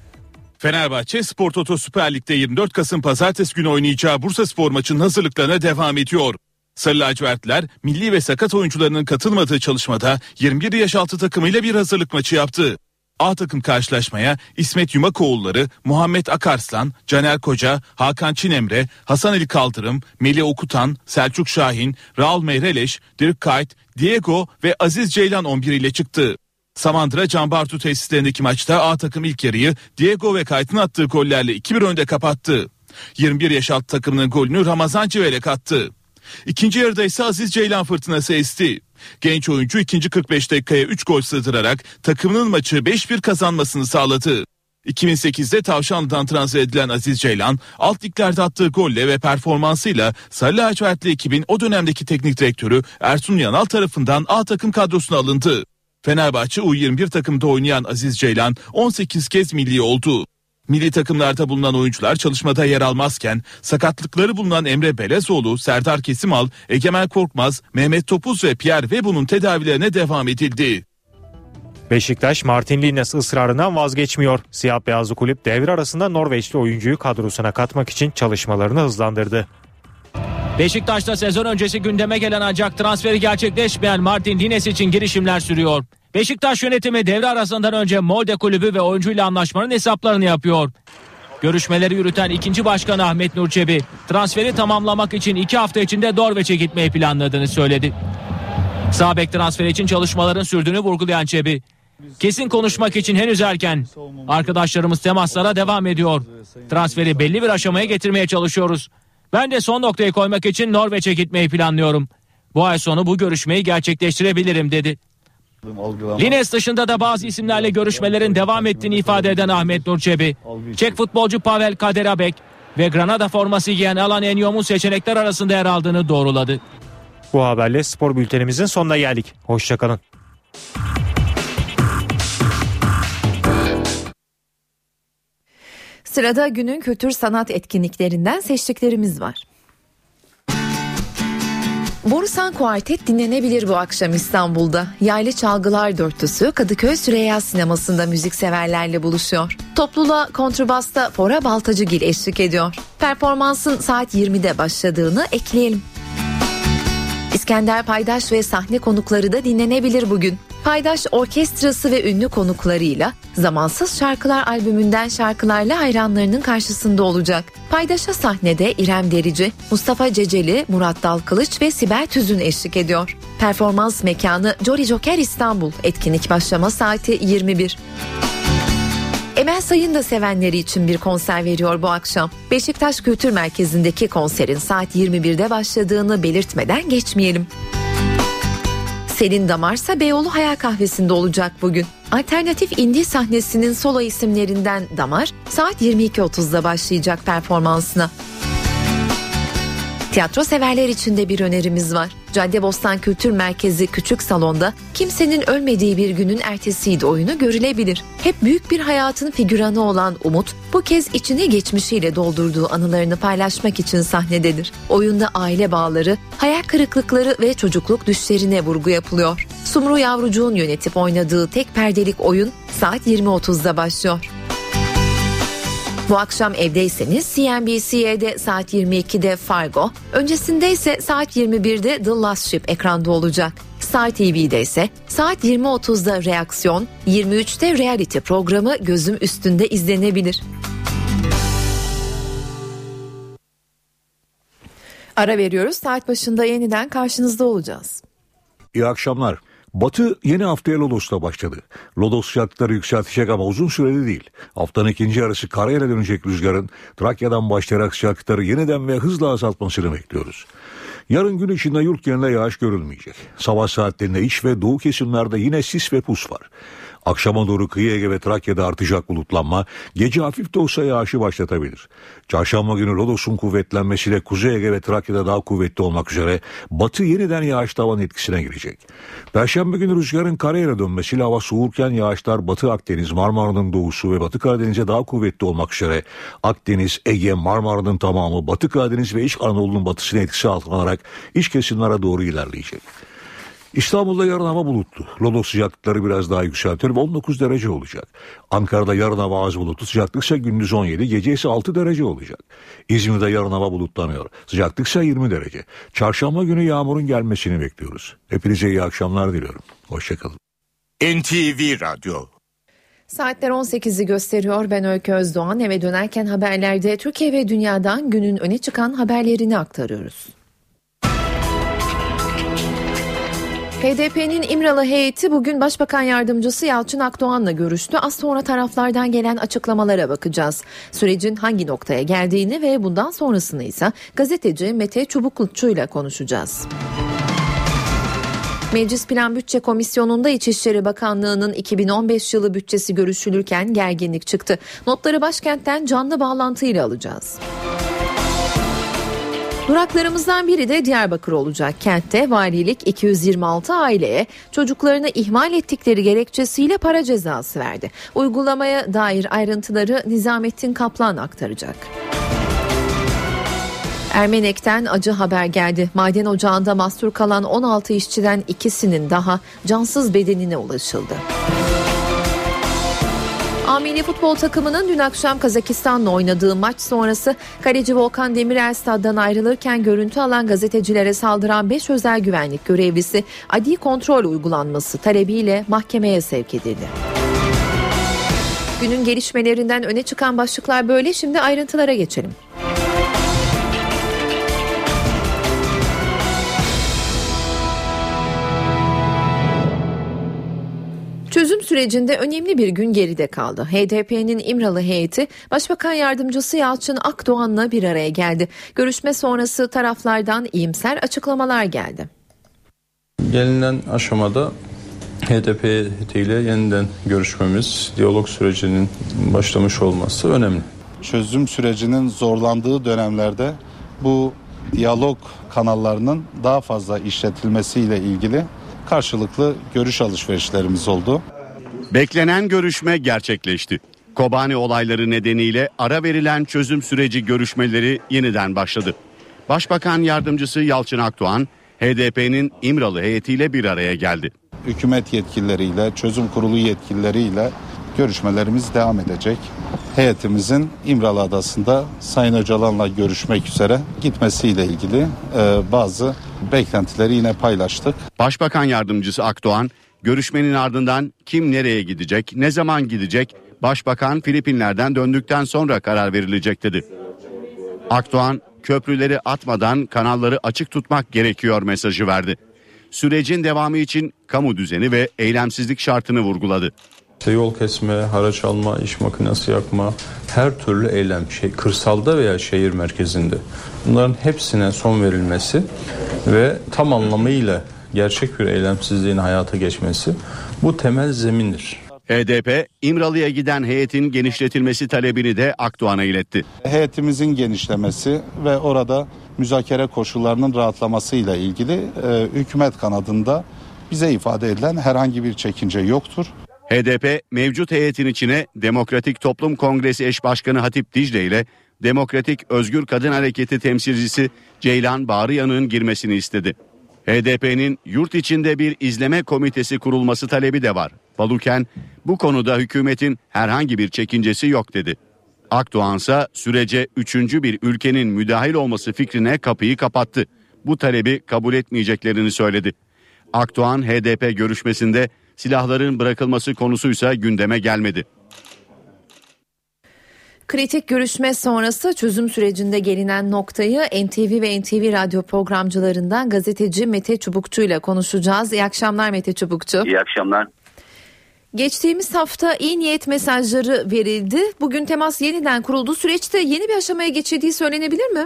Fenerbahçe Spor Toto Süper Lig'de yirmi dört Kasım Pazartesi günü oynayacağı Bursaspor maçının hazırlıklarına devam ediyor. Sarı lacivertliler milli ve sakat oyuncularının katılmadığı çalışmada yirmi bir yaş altı takımıyla bir hazırlık maçı yaptı. A takım karşılaşmaya İsmet Yumakoğulları, Muhammed Akarslan, Caner Koca, Hakan Çinemre, Hasan Ali Kaldırım, Melih Okutan, Selçuk Şahin, Raul Meyreleş, Dirk Kuyt, Diego ve Aziz Ceylan on bir ile çıktı. Samandıra Can Bartu tesislerindeki maçta A takım ilk yarıyı Diego ve Kuyt'ın attığı gollerle iki bir önde kapattı. yirmi bir yaş altı takımının golünü Ramazan Civelek attı. İkinci yarıda ise Aziz Ceylan fırtınası esti. Genç oyuncu ikinci kırk beş dakikaya üç gol sığdırarak takımının maçı beş bir kazanmasını sağladı. iki bin sekizde Tavşanlı'dan transfer edilen Aziz Ceylan alt liglerde attığı golle ve performansıyla Sarı lacivertli ekibin o dönemdeki teknik direktörü Ersun Yanal tarafından A takım kadrosuna alındı. Fenerbahçe U yirmi bir takımda oynayan Aziz Ceylan on sekiz kez milli oldu. Milli takımlarda bulunan oyuncular çalışmada yer almazken sakatlıkları bulunan Emre Belezoğlu, Serdar Kesimal, Egemen Korkmaz, Mehmet Topuz ve Pierre Webun'un tedavilerine devam edildi. Beşiktaş Martin Linnes ısrarından vazgeçmiyor. Siyah beyazlı kulüp devre arasında Norveçli oyuncuyu kadrosuna katmak için çalışmalarını hızlandırdı. Beşiktaş'ta sezon öncesi gündeme gelen ancak transferi gerçekleşmeyen Martin Linnes için girişimler sürüyor. Beşiktaş yönetimi devre arasından önce Molde kulübü ve oyuncuyla anlaşmanın hesaplarını yapıyor. Görüşmeleri yürüten ikinci başkan Ahmet Nur Çebi, transferi tamamlamak için iki hafta içinde Norveç'e gitmeyi planladığını söyledi. Sağ bek transferi için çalışmaların sürdüğünü vurgulayan Çebi, kesin konuşmak için henüz erken. Arkadaşlarımız temaslara devam ediyor. Transferi belli bir aşamaya getirmeye çalışıyoruz. Ben de son noktayı koymak için Norveç'e gitmeyi planlıyorum. Bu ay sonu bu görüşmeyi gerçekleştirebilirim dedi. Linnes dışında da bazı isimlerle görüşmelerin devam ettiğini ifade eden Ahmet Nur Çebi, Çek futbolcu Pavel Kaderabek ve Granada forması giyen Alan Enyom'un seçenekler arasında yer aldığını doğruladı. Bu haberle spor bültenimizin sonuna geldik. Hoşçakalın. Sırada günün kültür sanat etkinliklerinden seçtiklerimiz var. Borusan Kuartet dinlenebilir bu akşam İstanbul'da. Yaylı Çalgılar Dörtlüsü Kadıköy Süreyya Sineması'nda müzikseverlerle buluşuyor. Topluluğa kontrbasta Fora Baltacıgil eşlik ediyor. Performansın saat yirmide başladığını ekleyelim. İskender Paydaş ve sahne konukları da dinlenebilir bugün. Paydaş orkestrası ve ünlü konuklarıyla Zamansız Şarkılar albümünden şarkılarla hayranlarının karşısında olacak. Paydaş'a sahnede İrem Derici, Mustafa Ceceli, Murat Dalkılıç ve Sibel Tüzün eşlik ediyor. Performans mekanı Jolly Joker İstanbul. Etkinlik başlama saati yirmi bir. Emel Sayın da sevenleri için bir konser veriyor bu akşam. Beşiktaş Kültür Merkezi'ndeki konserin saat yirmi birde başladığını belirtmeden geçmeyelim. Selin Damarsa Beyoğlu Hayal Kahvesi'nde olacak bugün. Alternatif indie sahnesinin solo isimlerinden Damar saat yirmi iki otuzda başlayacak performansına. Tiyatro severler için de bir önerimiz var. Caddebostan Kültür Merkezi Küçük Salon'da Kimsenin Ölmediği Bir Günün Ertesiydi oyunu görülebilir. Hep büyük bir hayatın figüranı olan Umut, bu kez içine geçmişiyle doldurduğu anılarını paylaşmak için sahnededir. Oyunda aile bağları, hayal kırıklıkları ve çocukluk düşlerine vurgu yapılıyor. Sumru Yavrucuğun yönetip oynadığı tek perdelik oyun saat yirmi otuzda başlıyor. Bu akşam evdeyseniz C N B C'de saat yirmi ikide Fargo, öncesinde ise saat yirmi birde The Last Ship ekranda olacak. Star T V'de ise saat yirmi otuzda Reaksiyon, yirmi üçte Reality programı gözüm üstünde izlenebilir. Ara veriyoruz. Saat başında yeniden karşınızda olacağız. İyi akşamlar. Batı yeni haftaya Lodos'ta başladı. Lodos sıcaklıkları yükseltecek ama uzun süreli değil. Haftanın ikinci yarısı karayla dönecek rüzgarın Trakya'dan başlayarak sıcaklıkları yeniden ve hızla azaltmasını bekliyoruz. Yarın gün içinde yurt genelinde yağış görülmeyecek. Sabah saatlerinde iç ve doğu kesimlerde yine sis ve pus var. Akşama doğru kıyı Ege ve Trakya'da artacak bulutlanma gece hafif de olsa yağışı başlatabilir. Çarşamba günü Lodos'un kuvvetlenmesiyle Kuzey Ege ve Trakya'da daha kuvvetli olmak üzere batı yeniden yağış tavanın etkisine girecek. Perşembe günü rüzgarın karayla dönmesiyle hava soğurken yağışlar Batı Akdeniz, Marmara'nın doğusu ve Batı Karadeniz'e daha kuvvetli olmak üzere Akdeniz, Ege, Marmara'nın tamamı, Batı Karadeniz ve İç Anadolu'nun batısına etkisi altına alarak iç kesimlere doğru ilerleyecek. İstanbul'da yarın hava bulutlu. Lodos sıcaklıkları biraz daha yükseltiyor ve on dokuz derece olacak. Ankara'da yarın hava az bulutlu. Sıcaklık ise gündüz on yedi, gece ise altı derece olacak. İzmir'de yarın hava bulutlanıyor. Sıcaklık ise yirmi derece. Çarşamba günü yağmurun gelmesini bekliyoruz. Hepinize iyi akşamlar diliyorum. Hoşçakalın. N T V Radyo. Saatler on sekizi gösteriyor. Ben Öykü Özdoğan. Eve dönerken haberlerde Türkiye ve dünyadan günün öne çıkan haberlerini aktarıyoruz. H D P'nin İmralı heyeti bugün Başbakan Yardımcısı Yalçın Akdoğan'la görüştü. Az sonra taraflardan gelen açıklamalara bakacağız. Sürecin hangi noktaya geldiğini ve bundan sonrasını ise gazeteci Mete Çubuklukçu'yla konuşacağız. Meclis Plan Bütçe Komisyonu'nda İçişleri Bakanlığı'nın iki bin on beş yılı bütçesi görüşülürken gerginlik çıktı. Notları başkentten canlı bağlantıyla alacağız. Duraklarımızdan biri de Diyarbakır olacak. Kentte valilik iki yüz yirmi altı aileye çocuklarını ihmal ettikleri gerekçesiyle para cezası verdi. Uygulamaya dair ayrıntıları Nizamettin Kaplan aktaracak. Ermenek'ten acı haber geldi. Maden ocağında mahsur kalan on altı işçiden ikisinin daha cansız bedenine ulaşıldı. A milli futbol takımının dün akşam Kazakistan'la oynadığı maç sonrası kaleci Volkan Demirel staddan ayrılırken görüntü alan gazetecilere saldıran beş özel güvenlik görevlisi adli kontrol uygulanması talebiyle mahkemeye sevk edildi. Günün gelişmelerinden öne çıkan başlıklar böyle. Şimdi ayrıntılara geçelim. Çözüm sürecinde önemli bir gün geride kaldı. H D P'nin İmralı heyeti Başbakan Yardımcısı Yalçın Akdoğan'la bir araya geldi. Görüşme sonrası taraflardan iyimser açıklamalar geldi. Gelinen aşamada H D P heyetiyle yeniden görüşmemiz, diyalog sürecinin başlamış olması önemli. Çözüm sürecinin zorlandığı dönemlerde bu diyalog kanallarının daha fazla işletilmesiyle ilgili karşılıklı görüş alışverişlerimiz oldu. Beklenen görüşme gerçekleşti. Kobani olayları nedeniyle ara verilen çözüm süreci görüşmeleri yeniden başladı. Başbakan Yardımcısı Yalçın Akdoğan, H D P'nin İmralı heyetiyle bir araya geldi. Hükümet yetkilileriyle, çözüm kurulu yetkilileriyle görüşmelerimiz devam edecek. Heyetimizin İmralı Adası'nda Sayın Öcalan'la görüşmek üzere gitmesiyle ilgili e, bazı beklentileri yine paylaştık. Başbakan Yardımcısı Akdoğan, görüşmenin ardından kim nereye gidecek, ne zaman gidecek, Başbakan Filipinler'den döndükten sonra karar verilecek dedi. Akdoğan, köprüleri atmadan kanalları açık tutmak gerekiyor mesajı verdi. Sürecin devamı için kamu düzeni ve eylemsizlik şartını vurguladı. İşte yol kesme, haraç alma, iş makinesi yakma, her türlü eylem, şey, kırsalda veya şehir merkezinde, bunların hepsine son verilmesi ve tam anlamıyla gerçek bir eylemsizliğin hayata geçmesi bu temel zemindir. H D P, İmralı'ya giden heyetin genişletilmesi talebini de Akdoğan'a iletti. Heyetimizin genişlemesi ve orada müzakere koşullarının rahatlamasıyla ilgili e, hükümet kanadında bize ifade edilen herhangi bir çekince yoktur. H D P mevcut heyetin içine Demokratik Toplum Kongresi eş başkanı Hatip Dicle ile Demokratik Özgür Kadın Hareketi temsilcisi Ceylan Bağrıyanık'ın girmesini istedi. H D P'nin yurt içinde bir izleme komitesi kurulması talebi de var. Baluken bu konuda hükümetin herhangi bir çekincesi yok dedi. Akdoğan ise sürece üçüncü bir ülkenin müdahil olması fikrine kapıyı kapattı. Bu talebi kabul etmeyeceklerini söyledi. Akdoğan H D P görüşmesinde silahların bırakılması konusuysa gündeme gelmedi. Kritik görüşme sonrası çözüm sürecinde gelinen noktayı N T V ve N T V radyo programcılarından gazeteci Mete Çubukçu ile konuşacağız. İyi akşamlar Mete Çubukçu. İyi akşamlar. Geçtiğimiz hafta iyi niyet mesajları verildi. Bugün temas yeniden kuruldu. Süreçte yeni bir aşamaya geçildiği söylenebilir mi?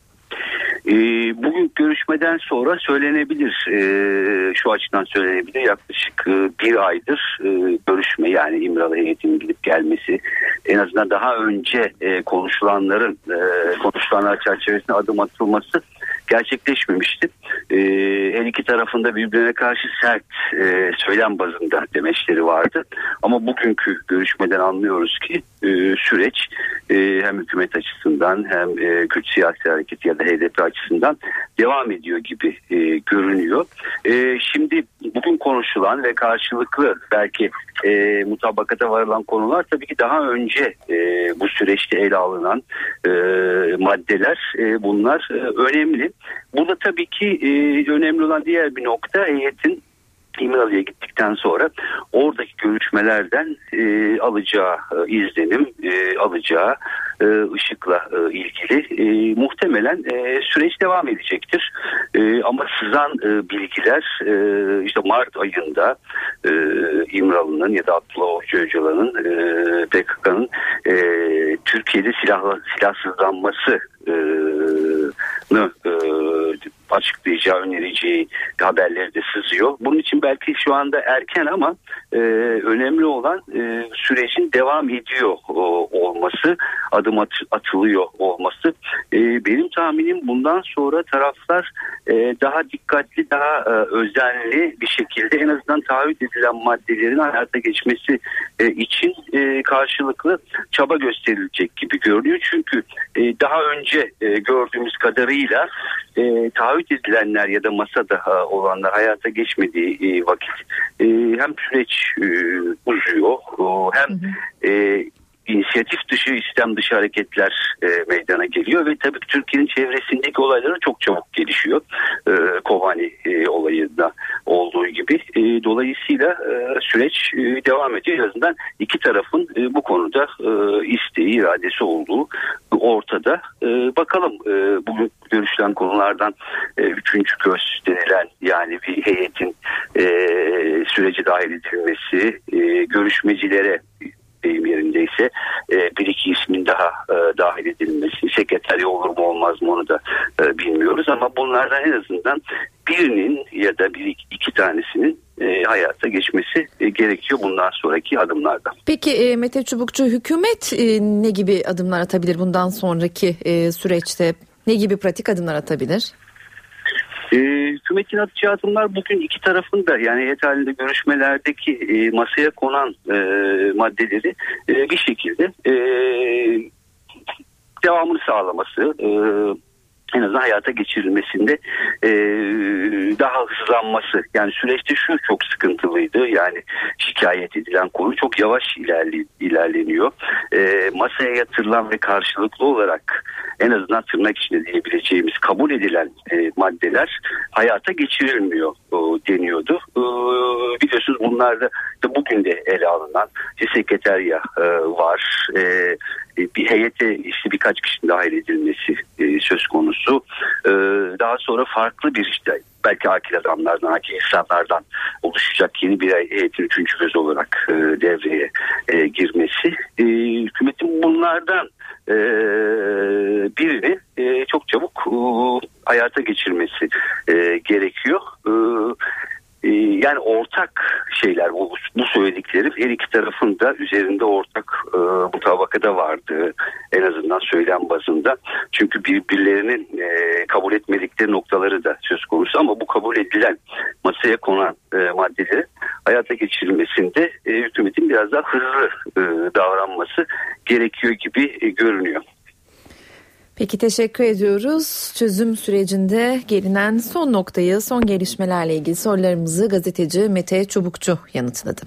Bugün görüşmeden sonra söylenebilir, şu açıdan söylenebilir, yaklaşık bir aydır görüşme, yani İmralı heyetinin gidip gelmesi, en azından daha önce konuşulanların konuşulanlar çerçevesinde adım atılması gerçekleşmemişti. Her iki tarafında birbirine karşı sert söylem bazında demeçleri vardı, ama bugünkü görüşmeden anlıyoruz ki süreç hem hükümet açısından hem Kürt Siyasi Hareketi ya da H D P açısından devam ediyor gibi e, görünüyor. E, şimdi bugün konuşulan ve karşılıklı belki e, mutabakata varılan konular tabii ki daha önce e, bu süreçte ele alınan e, maddeler. E, bunlar e, önemli. Burada tabii ki e, önemli olan diğer bir nokta, heyetin İmralı'ya gittikten sonra oradaki görüşmelerden e, alacağı e, izlenim, e, alacağı e, ışıkla e, ilgili e, muhtemelen e, süreç devam edecektir. E, ama sızan e, bilgiler e, işte Mart ayında e, İmralı'nın ya da Abdullah Avcı Öcalan'ın e, P K K'nın e, Türkiye'de silahla, silahsızlanması e, e, açıklayacağı, önereceği haberleri de sızıyor. Bunun için belki şu anda erken, ama e, önemli olan e, sürecin devam ediyor o, olması, adım at, atılıyor olması. E, benim tahminim bundan sonra taraflar e, daha dikkatli, daha e, özenli bir şekilde en azından taahhüt edilen maddelerin hayata geçmesi e, için e, karşılıklı çaba gösterilecek gibi görünüyor. Çünkü e, daha önce e, gördüğümüz kadarıyla e, taahhüt edilenler ya da masada e, olanlar hayata geçmediği e, vakit e, hem süreç e, uzuyor e, hem e, inisiyatif dışı, istem dışı hareketler e, meydana geliyor ve tabii ki Türkiye'nin çevresindeki olayları çok çabuk gelişiyor. E, Kobani e, olayında olduğu gibi. E, dolayısıyla e, süreç e, devam ediyor. En azından iki tarafın e, bu konuda e, isteği, iradesi olduğu ortada. E, bakalım e, bugün görüşülen konulardan e, üçüncü göz denilen, yani bir heyetin e, sürece dahil edilmesi, e, görüşmecilere deyim yerindeyse e, bir iki ismin daha e, dahil edilmesi, sekreterya olur mu olmaz mı onu da e, bilmiyoruz, ama bunlardan en azından birinin ya da bir iki, iki tanesinin e, hayata geçmesi e, gerekiyor bundan sonraki adımlarda. Peki e, Mete Çubukçu, hükümet e, ne gibi adımlar atabilir bundan sonraki e, süreçte? Ne gibi pratik adımlar atabilir? E, hükümetin atacağı adımlar bugün iki tarafında, yani heyet halinde görüşmelerdeki e, masaya konan e, maddeleri e, bir şekilde e, devamını sağlaması, e, en azından hayata geçirilmesinde e, daha hızlanması. Yani süreçte şu çok sıkıntılıydı. Yani şikayet edilen konu çok yavaş ilerli, ilerleniyor. E, masaya yatırılan ve karşılıklı olarak en azından tırnak içinde diyebileceğimiz kabul edilen e, maddeler hayata geçirilmiyor o, deniyordu. E, biliyorsunuz bunlarda da bugün de ele alınan işte sekreterya e, var. E, bir heyete işte birkaç kişinin dahil edilmesi e, söz konusu. E, daha sonra farklı bir işte belki akil adamlardan, akil insanlardan oluşacak yeni bir heyetin üçüncü göz olarak e, devreye e, girmesi. E, hükümetin bunlardan e, birini e, çok çabuk e, hayata geçirmesi e, gerekiyor. E, Yani ortak şeyler, bu, bu söylediklerim her iki tarafın da üzerinde ortak e, mutabakada vardı, en azından söylem bazında. Çünkü birbirlerinin e, kabul etmedikleri noktaları da söz konusu, ama bu kabul edilen masaya konan e, maddeleri hayata geçirilmesinde e, hükümetin biraz daha hızlı e, davranması gerekiyor gibi e, görünüyor. Peki, teşekkür ediyoruz. Çözüm sürecinde gelinen son noktayı, son gelişmelerle ilgili sorularımızı gazeteci Mete Çubukçu yanıtladı.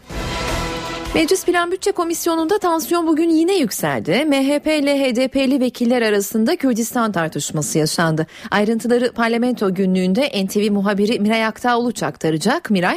Meclis Plan Bütçe Komisyonu'nda tansiyon bugün yine yükseldi. M H P ile H D P'li vekiller arasında Kürdistan tartışması yaşandı. Ayrıntıları Parlamento Günlüğü'nde N T V muhabiri Miray Aktağ-Uluç aktaracak. Miray.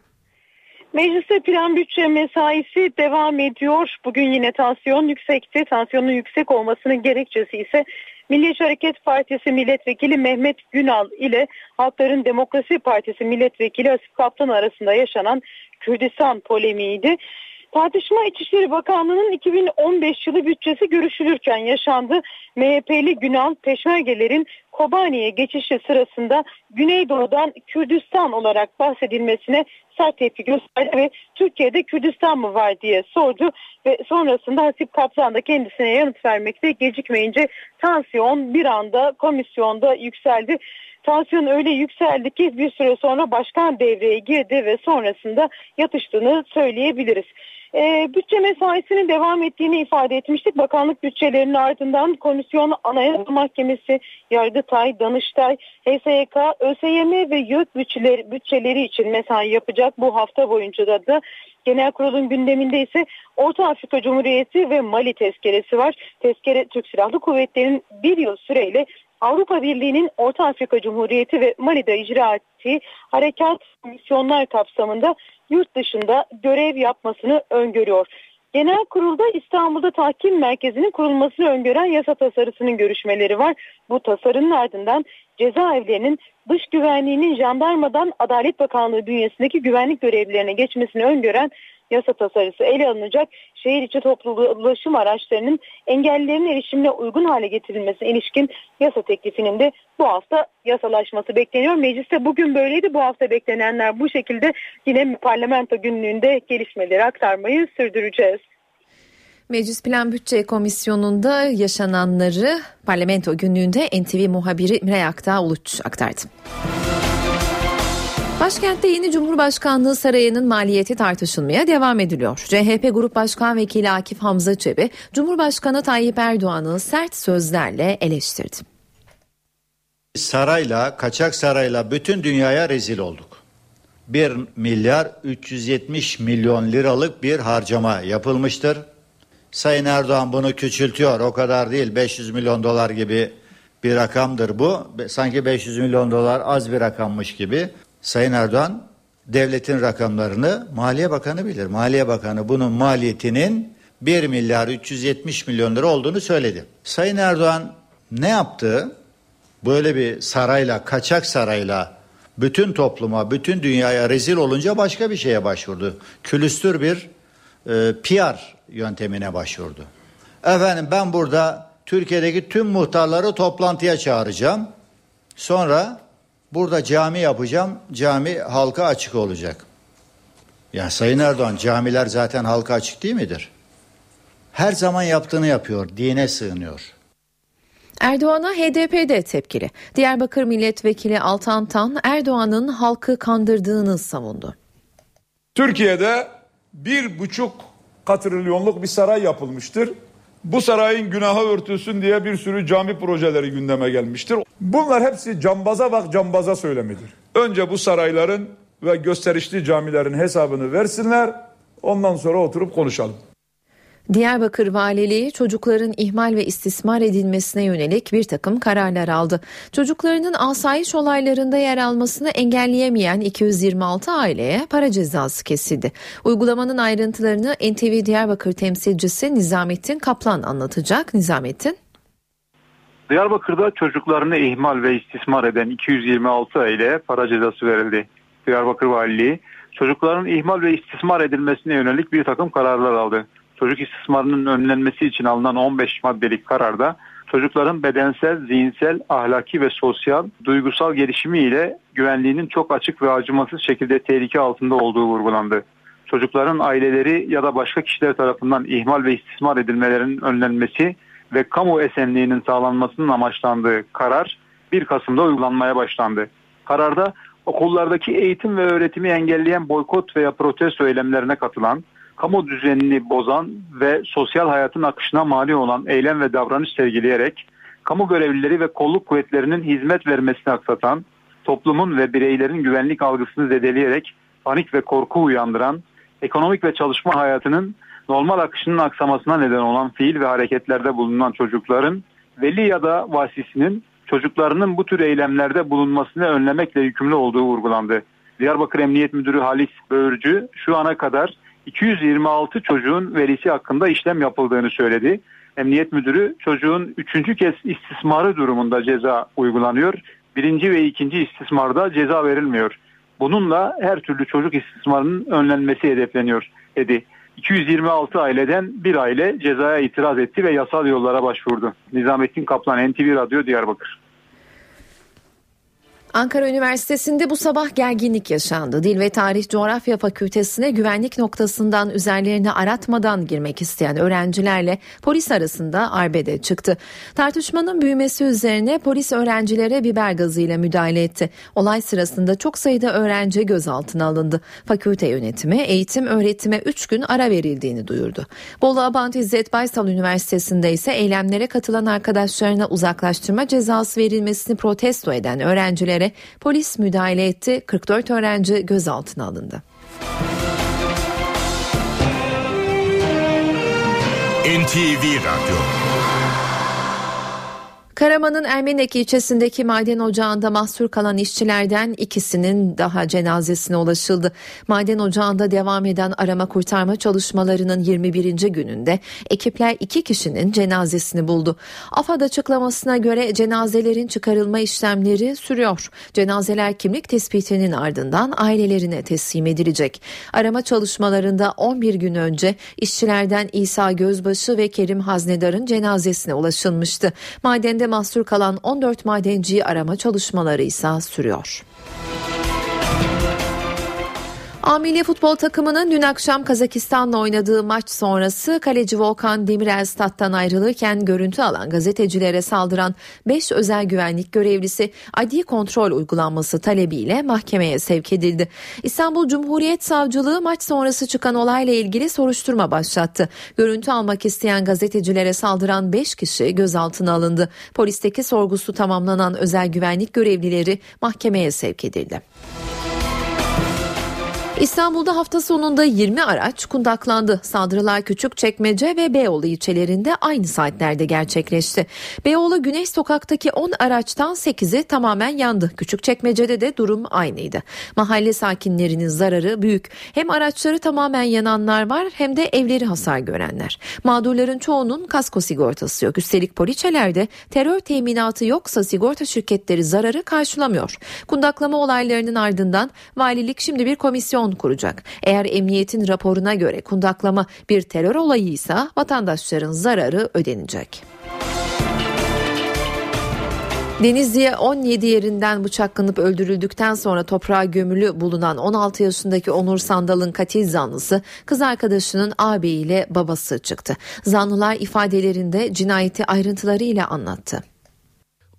Mecliste plan bütçe mesaisi devam ediyor. Bugün yine tansiyon yüksekti. Tansiyonun yüksek olmasının gerekçesi ise Milliyetçi Hareket Partisi Milletvekili Mehmet Günal ile Halkların Demokrasi Partisi Milletvekili Asif Kaptan arasında yaşanan Kürdistan polemiğiydi. Tartışma İçişleri Bakanlığı'nın iki bin on beş yılı bütçesi görüşülürken yaşandı. M H P'li Günal, Peşmergelerin Kobani'ye geçişi sırasında Güneydoğu'dan Kürdistan olarak bahsedilmesine sert tepki gösterdi ve Türkiye'de Kürdistan mı var diye sordu ve sonrasında Hasip Kaptan da kendisine yanıt vermekte gecikmeyince tansiyon bir anda komisyonda yükseldi. Tansiyon öyle yükseldi ki bir süre sonra başkan devreye girdi ve sonrasında yatıştığını söyleyebiliriz. E, bütçe mesaisinin devam ettiğini ifade etmiştik. Bakanlık bütçelerinin ardından Komisyon, Anayasa Mahkemesi, Yargıtay, Danıştay, H S Y K, Ö S Y M ve YÖK bütçeleri, bütçeleri için mesai yapacak. Bu hafta boyunca da, da Genel Kurulun gündeminde ise Orta Afrika Cumhuriyeti ve Mali tezkeresi var. Tezkere, Türk Silahlı Kuvvetleri'nin bir yıl süreyle Avrupa Birliği'nin Orta Afrika Cumhuriyeti ve Mali'de icra ettiği harekat misyonlar kapsamında yurt dışında görev yapmasını öngörüyor. Genel Kurul'da İstanbul'da tahkim merkezinin kurulmasını öngören yasa tasarısının görüşmeleri var. Bu tasarının ardından cezaevlerinin dış güvenliğinin jandarmadan Adalet Bakanlığı bünyesindeki güvenlik görevlilerine geçmesini öngören yasa tasarısı ele alınacak. Şehir içi toplu ulaşım araçlarının engellilerin erişimine uygun hale getirilmesine ilişkin yasa teklifinin de bu hafta yasalaşması bekleniyor. Mecliste bugün böyleydi. Bu hafta beklenenler bu şekilde. Yine Parlamento Günlüğü'nde gelişmeleri aktarmayı sürdüreceğiz. Meclis Plan Bütçe Komisyonu'nda yaşananları Parlamento Günlüğü'nde N T V muhabiri Miray Aktağ-Uluç aktardı. Başkentte yeni Cumhurbaşkanlığı sarayının maliyeti tartışılmaya devam ediliyor. C H P Grup Başkan Vekili Akif Hamza Çebi, Cumhurbaşkanı Tayyip Erdoğan'ı sert sözlerle eleştirdi. Sarayla, kaçak sarayla bütün dünyaya rezil olduk. bir milyar üç yüz yetmiş milyon liralık bir harcama yapılmıştır. Sayın Erdoğan bunu küçültüyor, o kadar değil, beş yüz milyon dolar gibi bir rakamdır bu. Sanki beş yüz milyon dolar az bir rakammış gibi. Sayın Erdoğan devletin rakamlarını Maliye Bakanı bilir. Maliye Bakanı bunun maliyetinin bir milyar üç yüz yetmiş milyon lira olduğunu söyledi. Sayın Erdoğan ne yaptı? Böyle bir sarayla, kaçak sarayla bütün topluma, bütün dünyaya rezil olunca başka bir şeye başvurdu. Külüstür bir e, P R yöntemine başvurdu. Efendim ben burada Türkiye'deki tüm muhtarları toplantıya çağıracağım. Sonra burada cami yapacağım. Cami halka açık olacak. Ya Sayın Erdoğan, camiler zaten halka açık değil midir? Her zaman yaptığını yapıyor. Dine sığınıyor. Erdoğan'a H D P'de tepkili. Diyarbakır Milletvekili Altan Tan, Erdoğan'ın halkı kandırdığını savundu. Türkiye'de bir buçuk katrilyonluk bir saray yapılmıştır. Bu sarayın günahı örtülsün diye bir sürü cami projeleri gündeme gelmiştir. Bunlar hepsi cambaza bak cambaza söylemidir. Önce bu sarayların ve gösterişli camilerin hesabını versinler, ondan sonra oturup konuşalım. Diyarbakır Valiliği çocukların ihmal ve istismar edilmesine yönelik bir takım kararlar aldı. Çocuklarının asayiş olaylarında yer almasını engelleyemeyen iki yüz yirmi altı aileye para cezası kesildi. Uygulamanın ayrıntılarını N T V Diyarbakır temsilcisi Nizamettin Kaplan anlatacak. Nizamettin. Diyarbakır'da çocuklarını ihmal ve istismar eden iki yüz yirmi altı aileye para cezası verildi. Diyarbakır Valiliği çocukların ihmal ve istismar edilmesine yönelik bir takım kararlar aldı. Çocuk istismarının önlenmesi için alınan on beş maddelik kararda çocukların bedensel, zihinsel, ahlaki ve sosyal, duygusal gelişimi ile güvenliğinin çok açık ve acımasız şekilde tehlike altında olduğu vurgulandı. Çocukların aileleri ya da başka kişiler tarafından ihmal ve istismar edilmelerinin önlenmesi ve kamu esenliğinin sağlanmasının amaçlandığı karar bir Kasım'da uygulanmaya başlandı. Kararda okullardaki eğitim ve öğretimi engelleyen boykot veya protesto eylemlerine katılan, kamu düzenini bozan ve sosyal hayatın akışına mani olan eylem ve davranış sergileyerek, kamu görevlileri ve kolluk kuvvetlerinin hizmet vermesini aksatan, toplumun ve bireylerin güvenlik algısını zedeleyerek panik ve korku uyandıran, ekonomik ve çalışma hayatının normal akışının aksamasına neden olan fiil ve hareketlerde bulunan çocukların, veli ya da vasisinin çocuklarının bu tür eylemlerde bulunmasını önlemekle yükümlü olduğu vurgulandı. Diyarbakır Emniyet Müdürü Halis Böğürcü şu ana kadar iki yüz yirmi altı çocuğun velisi hakkında işlem yapıldığını söyledi. Emniyet Müdürü çocuğun üçüncü kez istismarı durumunda ceza uygulanıyor. Birinci ve ikinci istismarda ceza verilmiyor. Bununla her türlü çocuk istismarının önlenmesi hedefleniyor dedi. iki yüz yirmi altı aileden bir aile cezaya itiraz etti ve yasal yollara başvurdu. Nizamettin Kaplan, N T V Radyo, Diyarbakır. Ankara Üniversitesi'nde bu sabah gerginlik yaşandı. Dil ve Tarih Coğrafya Fakültesine güvenlik noktasından üzerlerini aratmadan girmek isteyen öğrencilerle polis arasında arbede çıktı. Tartışmanın büyümesi üzerine polis öğrencilere biber gazıyla müdahale etti. Olay sırasında çok sayıda öğrenci gözaltına alındı. Fakülte yönetimi eğitim öğretime üç gün ara verildiğini duyurdu. Bolu Abant İzzet Baysal Üniversitesi'nde ise eylemlere katılan arkadaşlarına uzaklaştırma cezası verilmesini protesto eden öğrencilere polis müdahale etti. kırk dört öğrenci gözaltına alındı. N T V Radyo. Karaman'ın Ermenek ilçesindeki maden ocağında mahsur kalan işçilerden ikisinin daha cenazesine ulaşıldı. Maden ocağında devam eden arama kurtarma çalışmalarının yirmi birinci gününde ekipler iki kişinin cenazesini buldu. AFAD açıklamasına göre cenazelerin çıkarılma işlemleri sürüyor. Cenazeler kimlik tespitinin ardından ailelerine teslim edilecek. Arama çalışmalarında on bir gün önce işçilerden İsa Gözbaşı ve Kerim Haznedar'ın cenazesine ulaşılmıştı. Madende mahsur kalan on dört madenciyi arama çalışmaları ise sürüyor. A Milli Futbol takımının dün akşam Kazakistan'la oynadığı maç sonrası kaleci Volkan Demirel stat'tan ayrılırken görüntü alan gazetecilere saldıran beş özel güvenlik görevlisi adli kontrol uygulanması talebiyle mahkemeye sevk edildi. İstanbul Cumhuriyet Savcılığı maç sonrası çıkan olayla ilgili soruşturma başlattı. Görüntü almak isteyen gazetecilere saldıran beş kişi gözaltına alındı. Polisteki sorgusu tamamlanan özel güvenlik görevlileri mahkemeye sevk edildi. İstanbul'da hafta sonunda yirmi araç kundaklandı. Saldırılar Küçükçekmece ve Beyoğlu ilçelerinde aynı saatlerde gerçekleşti. Beyoğlu Güneş Sokak'taki on araçtan sekizi tamamen yandı. Küçükçekmece'de de durum aynıydı. Mahalle sakinlerinin zararı büyük. Hem araçları tamamen yananlar var hem de evleri hasar görenler. Mağdurların çoğunun kasko sigortası yok. Üstelik poliçelerde terör teminatı yoksa sigorta şirketleri zararı karşılamıyor. Kundaklama olaylarının ardından valilik şimdi bir komisyon kuracak. Eğer emniyetin raporuna göre kundaklama bir terör olayıysa vatandaşların zararı ödenecek. Denizli'ye on yedi yerinden bıçaklanıp öldürüldükten sonra toprağa gömülü bulunan on altı yaşındaki Onur Sandal'ın katil zanlısı kız arkadaşının ağabeyiyle babası çıktı. Zanlılar ifadelerinde cinayeti ayrıntılarıyla anlattı.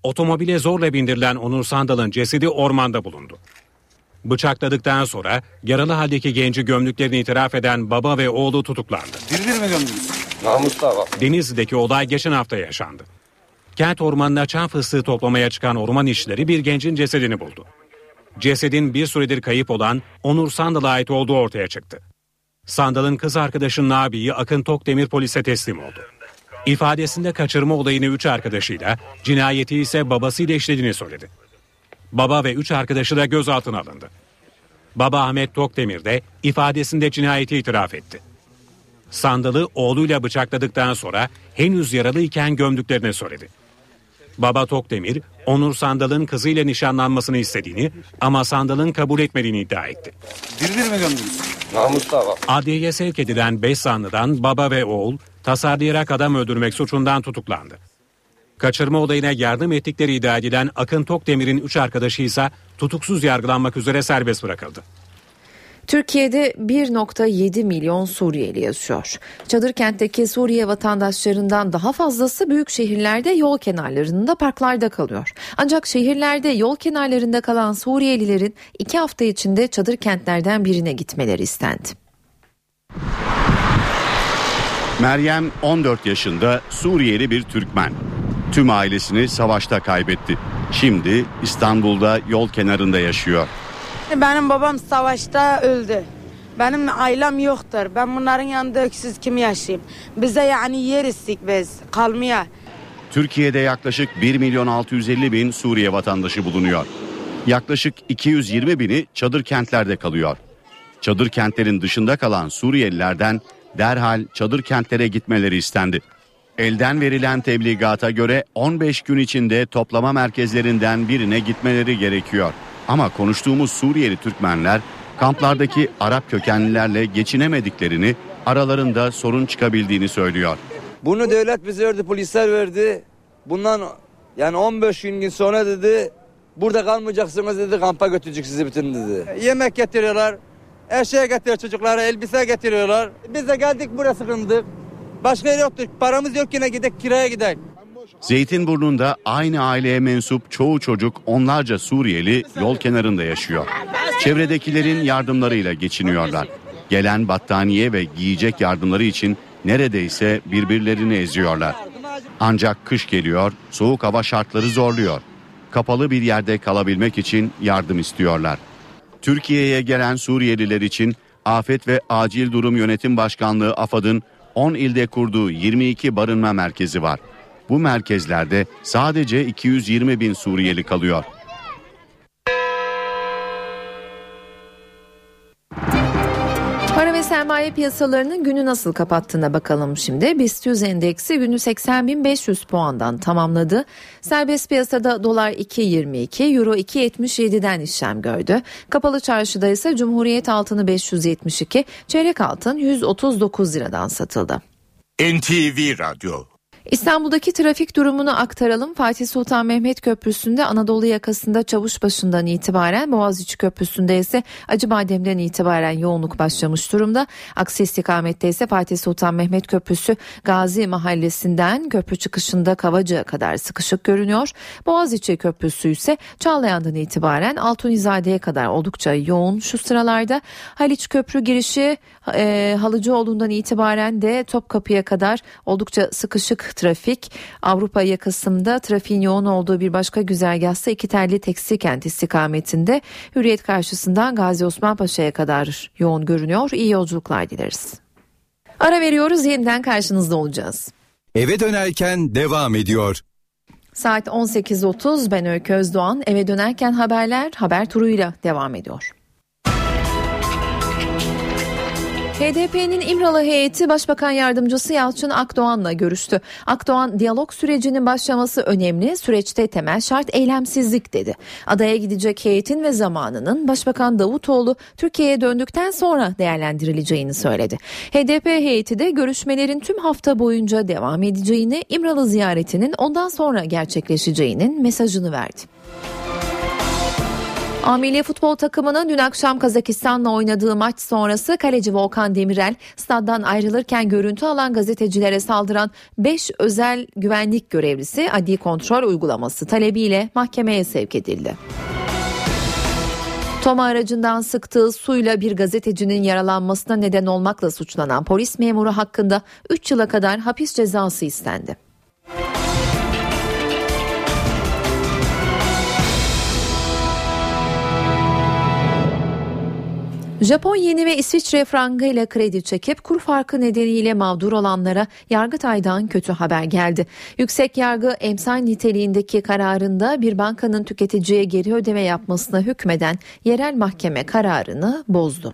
otomobile zorla bindirilen Onur Sandal'ın cesedi ormanda bulundu. Bıçakladıktan sonra yaralı haldeki genci gömdüklerini itiraf eden baba ve oğlu tutuklandı. Birileri mi gömdünüz? Namuslu ama. Denizli'deki olay geçen hafta yaşandı. Kent ormanına çam fıstığı toplamaya çıkan orman işçileri bir gencin cesedini buldu. Cesedin bir süredir kayıp olan Onur Sandal'a ait olduğu ortaya çıktı. Sandal'ın kız arkadaşının abiyi Akın Tokdemir polise teslim oldu. İfadesinde kaçırma olayını üç arkadaşıyla, cinayeti ise babasıyla işlediğini söyledi. Baba ve üç arkadaşı da gözaltına alındı. Baba Ahmet Tokdemir de ifadesinde cinayeti itiraf etti. Sandal'ı oğluyla bıçakladıktan sonra henüz yaralıyken gömdüklerini söyledi. Baba Tokdemir, Onur Sandal'ın kızıyla nişanlanmasını istediğini ama Sandal'ın kabul etmediğini iddia etti. Birileri mi gömdünüz? Namuslu ama. Adliyeye sevk edilen beş zanlıdan baba ve oğul tasarlayarak adam öldürmek suçundan tutuklandı. Kaçırma olayına yardım ettikleri iddia edilen Akın Tokdemir'in üç arkadaşı ise tutuksuz yargılanmak üzere serbest bırakıldı. Türkiye'de bir virgül yedi milyon Suriyeli yaşıyor. Çadırkent'teki Suriye vatandaşlarından daha fazlası büyük şehirlerde yol kenarlarında parklarda kalıyor. Ancak şehirlerde yol kenarlarında kalan Suriyelilerin iki hafta içinde çadırkentlerden birine gitmeleri istendi. Meryem on dört yaşında, Suriyeli bir Türkmen. Tüm ailesini savaşta kaybetti. Şimdi İstanbul'da yol kenarında yaşıyor. Benim babam savaşta öldü. Benim ailem yoktur. Ben bunların yanında öksüz kim yaşayayım? Bize yani yer istik biz kalmaya. Türkiye'de yaklaşık bir milyon altı yüz elli bin Suriye vatandaşı bulunuyor. Yaklaşık iki yüz yirmi bini çadır kentlerde kalıyor. Çadır kentlerin dışında kalan Suriyelilerden derhal çadır kentlere gitmeleri istendi. Elden verilen tebliğata göre on beş gün içinde toplama merkezlerinden birine gitmeleri gerekiyor. Ama konuştuğumuz Suriyeli Türkmenler kamplardaki Arap kökenlilerle geçinemediklerini, aralarında sorun çıkabildiğini söylüyor. Bunu devlet bize verdi, polisler verdi. Bundan yani on beş gün sonra dedi, burada kalmayacaksınız dedi, kampa götürecek sizi bütün dedi. Yemek getiriyorlar, eşeğe getiriyor çocuklara, elbise getiriyorlar. Biz de geldik buraya sıkıldık. Başka yer yoktu, paramız yok yine gidek kiraya gidelim. Zeytinburnu'nda aynı aileye mensup çoğu çocuk, onlarca Suriyeli yol kenarında yaşıyor. Çevredekilerin yardımlarıyla geçiniyorlar. Gelen battaniye ve giyecek yardımları için neredeyse birbirlerini eziyorlar. Ancak kış geliyor, soğuk hava şartları zorluyor. Kapalı bir yerde kalabilmek için yardım istiyorlar. Türkiye'ye gelen Suriyeliler için Afet ve Acil Durum Yönetim Başkanlığı AFAD'ın on ilde kurduğu yirmi iki barınma merkezi var. Bu merkezlerde sadece iki yüz yirmi bin Suriyeli kalıyor. Para ve sermaye piyasalarının günü nasıl kapattığına bakalım şimdi. BIST yüz endeksi günü seksen bin beş yüz puandan tamamladı. Serbest piyasada dolar iki virgül yirmi iki, euro iki virgül yetmiş yedi'den işlem gördü. Kapalı çarşıda ise Cumhuriyet altını beş yüz yetmiş iki, çeyrek altın yüz otuz dokuz liradan satıldı. N T V Radyo. İstanbul'daki trafik durumunu aktaralım. Fatih Sultan Mehmet Köprüsü'nde Anadolu yakasında Çavuşbaşı'ndan itibaren, Boğaziçi Köprüsü'nde ise Acıbadem'den itibaren yoğunluk başlamış durumda. Aksi istikamette ise Fatih Sultan Mehmet Köprüsü Gazi Mahallesi'nden köprü çıkışında Kavacık'a kadar sıkışık görünüyor. Boğaziçi Köprüsü ise Çağlayan'dan itibaren Altunizade'ye kadar oldukça yoğun şu sıralarda. Haliç Köprü girişi e, Halıcıoğlu'ndan itibaren de Topkapı'ya kadar oldukça sıkışık trafik. Avrupa yakasında trafiğin yoğun olduğu bir başka güzergahsa İkitelli Tekstilkent istikametinde Hürriyet karşısından Gazi Osman Paşa'ya kadar yoğun görünüyor. İyi yolculuklar dileriz. Ara veriyoruz, yeniden karşınızda olacağız. Eve dönerken devam ediyor. Saat on sekiz otuz, ben Öykü Özdoğan. Eve dönerken haberler haber turuyla devam ediyor. H D P'nin İmralı heyeti Başbakan Yardımcısı Yalçın Akdoğan'la görüştü. Akdoğan, diyalog sürecinin başlaması önemli, süreçte temel şart eylemsizlik dedi. Adaya gidecek heyetin ve zamanının Başbakan Davutoğlu Türkiye'ye döndükten sonra değerlendirileceğini söyledi. H D P heyeti de görüşmelerin tüm hafta boyunca devam edeceğini, İmralı ziyaretinin ondan sonra gerçekleşeceğinin mesajını verdi. A Milli Futbol takımının dün akşam Kazakistan'la oynadığı maç sonrası kaleci Volkan Demirel staddan ayrılırken görüntü alan gazetecilere saldıran beş özel güvenlik görevlisi adli kontrol uygulaması talebiyle mahkemeye sevk edildi. Toma aracından sıktığı suyla bir gazetecinin yaralanmasına neden olmakla suçlanan polis memuru hakkında üç yıla kadar hapis cezası istendi. Japon yeni ve İsviçre frangı ile kredi çekip kur farkı nedeniyle mağdur olanlara Yargıtay'dan kötü haber geldi. Yüksek Yargı emsal niteliğindeki kararında bir bankanın tüketiciye geri ödeme yapmasına hükmeden yerel mahkeme kararını bozdu.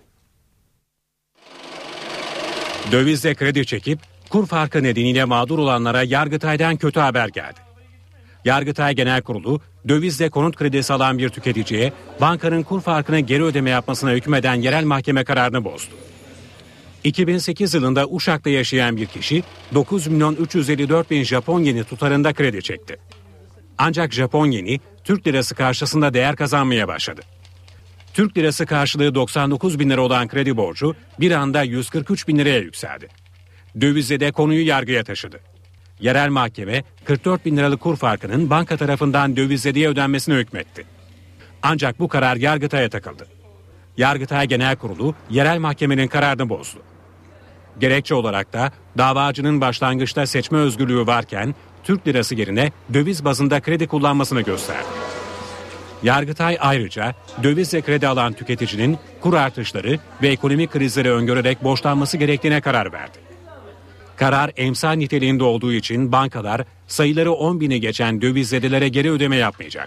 Dövizle kredi çekip kur farkı nedeniyle mağdur olanlara Yargıtay'dan kötü haber geldi. Yargıtay Genel Kurulu, dövizle konut kredisi alan bir tüketiciye bankanın kur farkını geri ödeme yapmasına hükmeden yerel mahkeme kararını bozdu. iki bin sekiz yılında Uşak'ta yaşayan bir kişi dokuz milyon üç yüz elli dört bin Japon yeni tutarında kredi çekti. Ancak Japon yeni Türk lirası karşısında değer kazanmaya başladı. Türk lirası karşılığı doksan dokuz bin lira olan kredi borcu bir anda yüz kırk üç bin liraya yükseldi. Dövizle de konuyu yargıya taşıdı. Yerel mahkeme kırk dört bin liralık kur farkının banka tarafından dövizle diye ödenmesine hükmetti. Ancak bu karar Yargıtay'a takıldı. Yargıtay Genel Kurulu yerel mahkemenin kararını bozdu. Gerekçe olarak da davacının başlangıçta seçme özgürlüğü varken Türk lirası yerine döviz bazında kredi kullanmasını gösterdi. Yargıtay ayrıca dövizle kredi alan tüketicinin kur artışları ve ekonomik krizleri öngörerek borçlanması gerektiğine karar verdi. Karar emsal niteliğinde olduğu için bankalar sayıları on bini geçen dövizzedelere geri ödeme yapmayacak.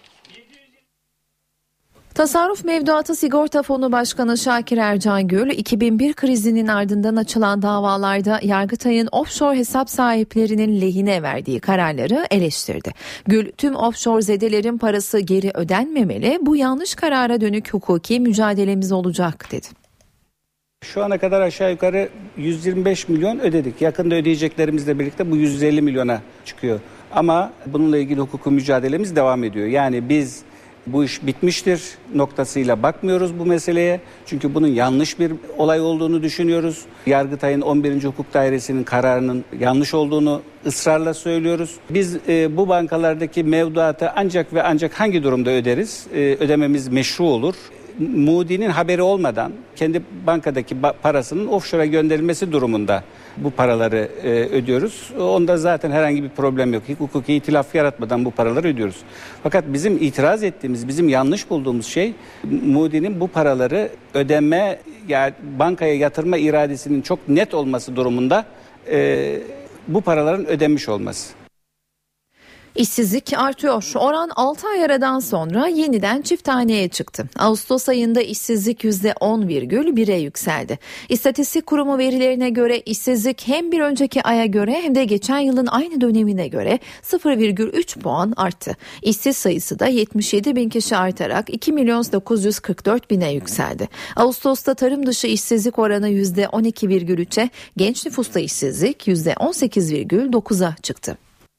Tasarruf Mevduatı Sigorta Fonu Başkanı Şakir Ercan Gül, iki bin bir krizinin ardından açılan davalarda Yargıtay'ın offshore hesap sahiplerinin lehine verdiği kararları eleştirdi. Gül, tüm offshore zedelerin parası geri ödenmemeli, bu yanlış karara dönük hukuki mücadelemiz olacak dedi. Şu ana kadar aşağı yukarı yüz yirmi beş milyon ödedik. Yakında ödeyeceklerimizle birlikte bu yüz elli milyona çıkıyor. Ama bununla ilgili hukuki mücadelemiz devam ediyor. Yani biz bu iş bitmiştir noktasıyla bakmıyoruz bu meseleye. Çünkü bunun yanlış bir olay olduğunu düşünüyoruz. Yargıtay'ın on birinci Hukuk Dairesi'nin kararının yanlış olduğunu ısrarla söylüyoruz. Biz e, bu bankalardaki mevduatı ancak ve ancak hangi durumda öderiz? E, ödememiz meşru olur. Moody'nin haberi olmadan kendi bankadaki parasının offshore'a gönderilmesi durumunda bu paraları e, ödüyoruz. Onda zaten herhangi bir problem yok. Hukuki itilaf yaratmadan bu paraları ödüyoruz. Fakat bizim itiraz ettiğimiz, bizim yanlış bulduğumuz şey Moody'nin bu paraları ödeme, yani bankaya yatırma iradesinin çok net olması durumunda e, bu paraların ödenmiş olması. İşsizlik artıyor. Oran altı ay aradan sonra yeniden çift haneye çıktı. Ağustos ayında işsizlik yüzde on virgül bire yükseldi. İstatistik Kurumu verilerine göre işsizlik hem bir önceki aya göre hem de geçen yılın aynı dönemine göre sıfır virgül üç puan arttı. İşsiz sayısı da yetmiş yedi bin kişi artarak iki milyon dokuz yüz kırk dört bine yükseldi. Ağustos'ta tarım dışı işsizlik oranı yüzde on iki virgül üçe, genç nüfusta işsizlik yüzde on sekiz virgül dokuza çıktı.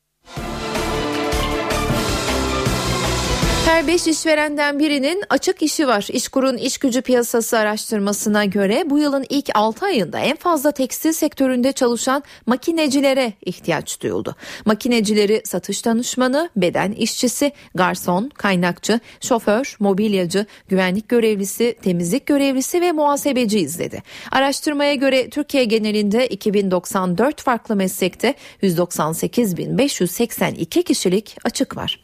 Her beş işverenden birinin açık işi var. İşkur'un iş gücü piyasası araştırmasına göre bu yılın ilk altı ayında en fazla tekstil sektöründe çalışan makinecilere ihtiyaç duyuldu. Makinecileri satış danışmanı, beden işçisi, garson, kaynakçı, şoför, mobilyacı, güvenlik görevlisi, temizlik görevlisi ve muhasebeci izledi. Araştırmaya göre Türkiye genelinde iki bin doksan dört farklı meslekte yüz doksan sekiz bin beş yüz seksen iki kişilik açık var.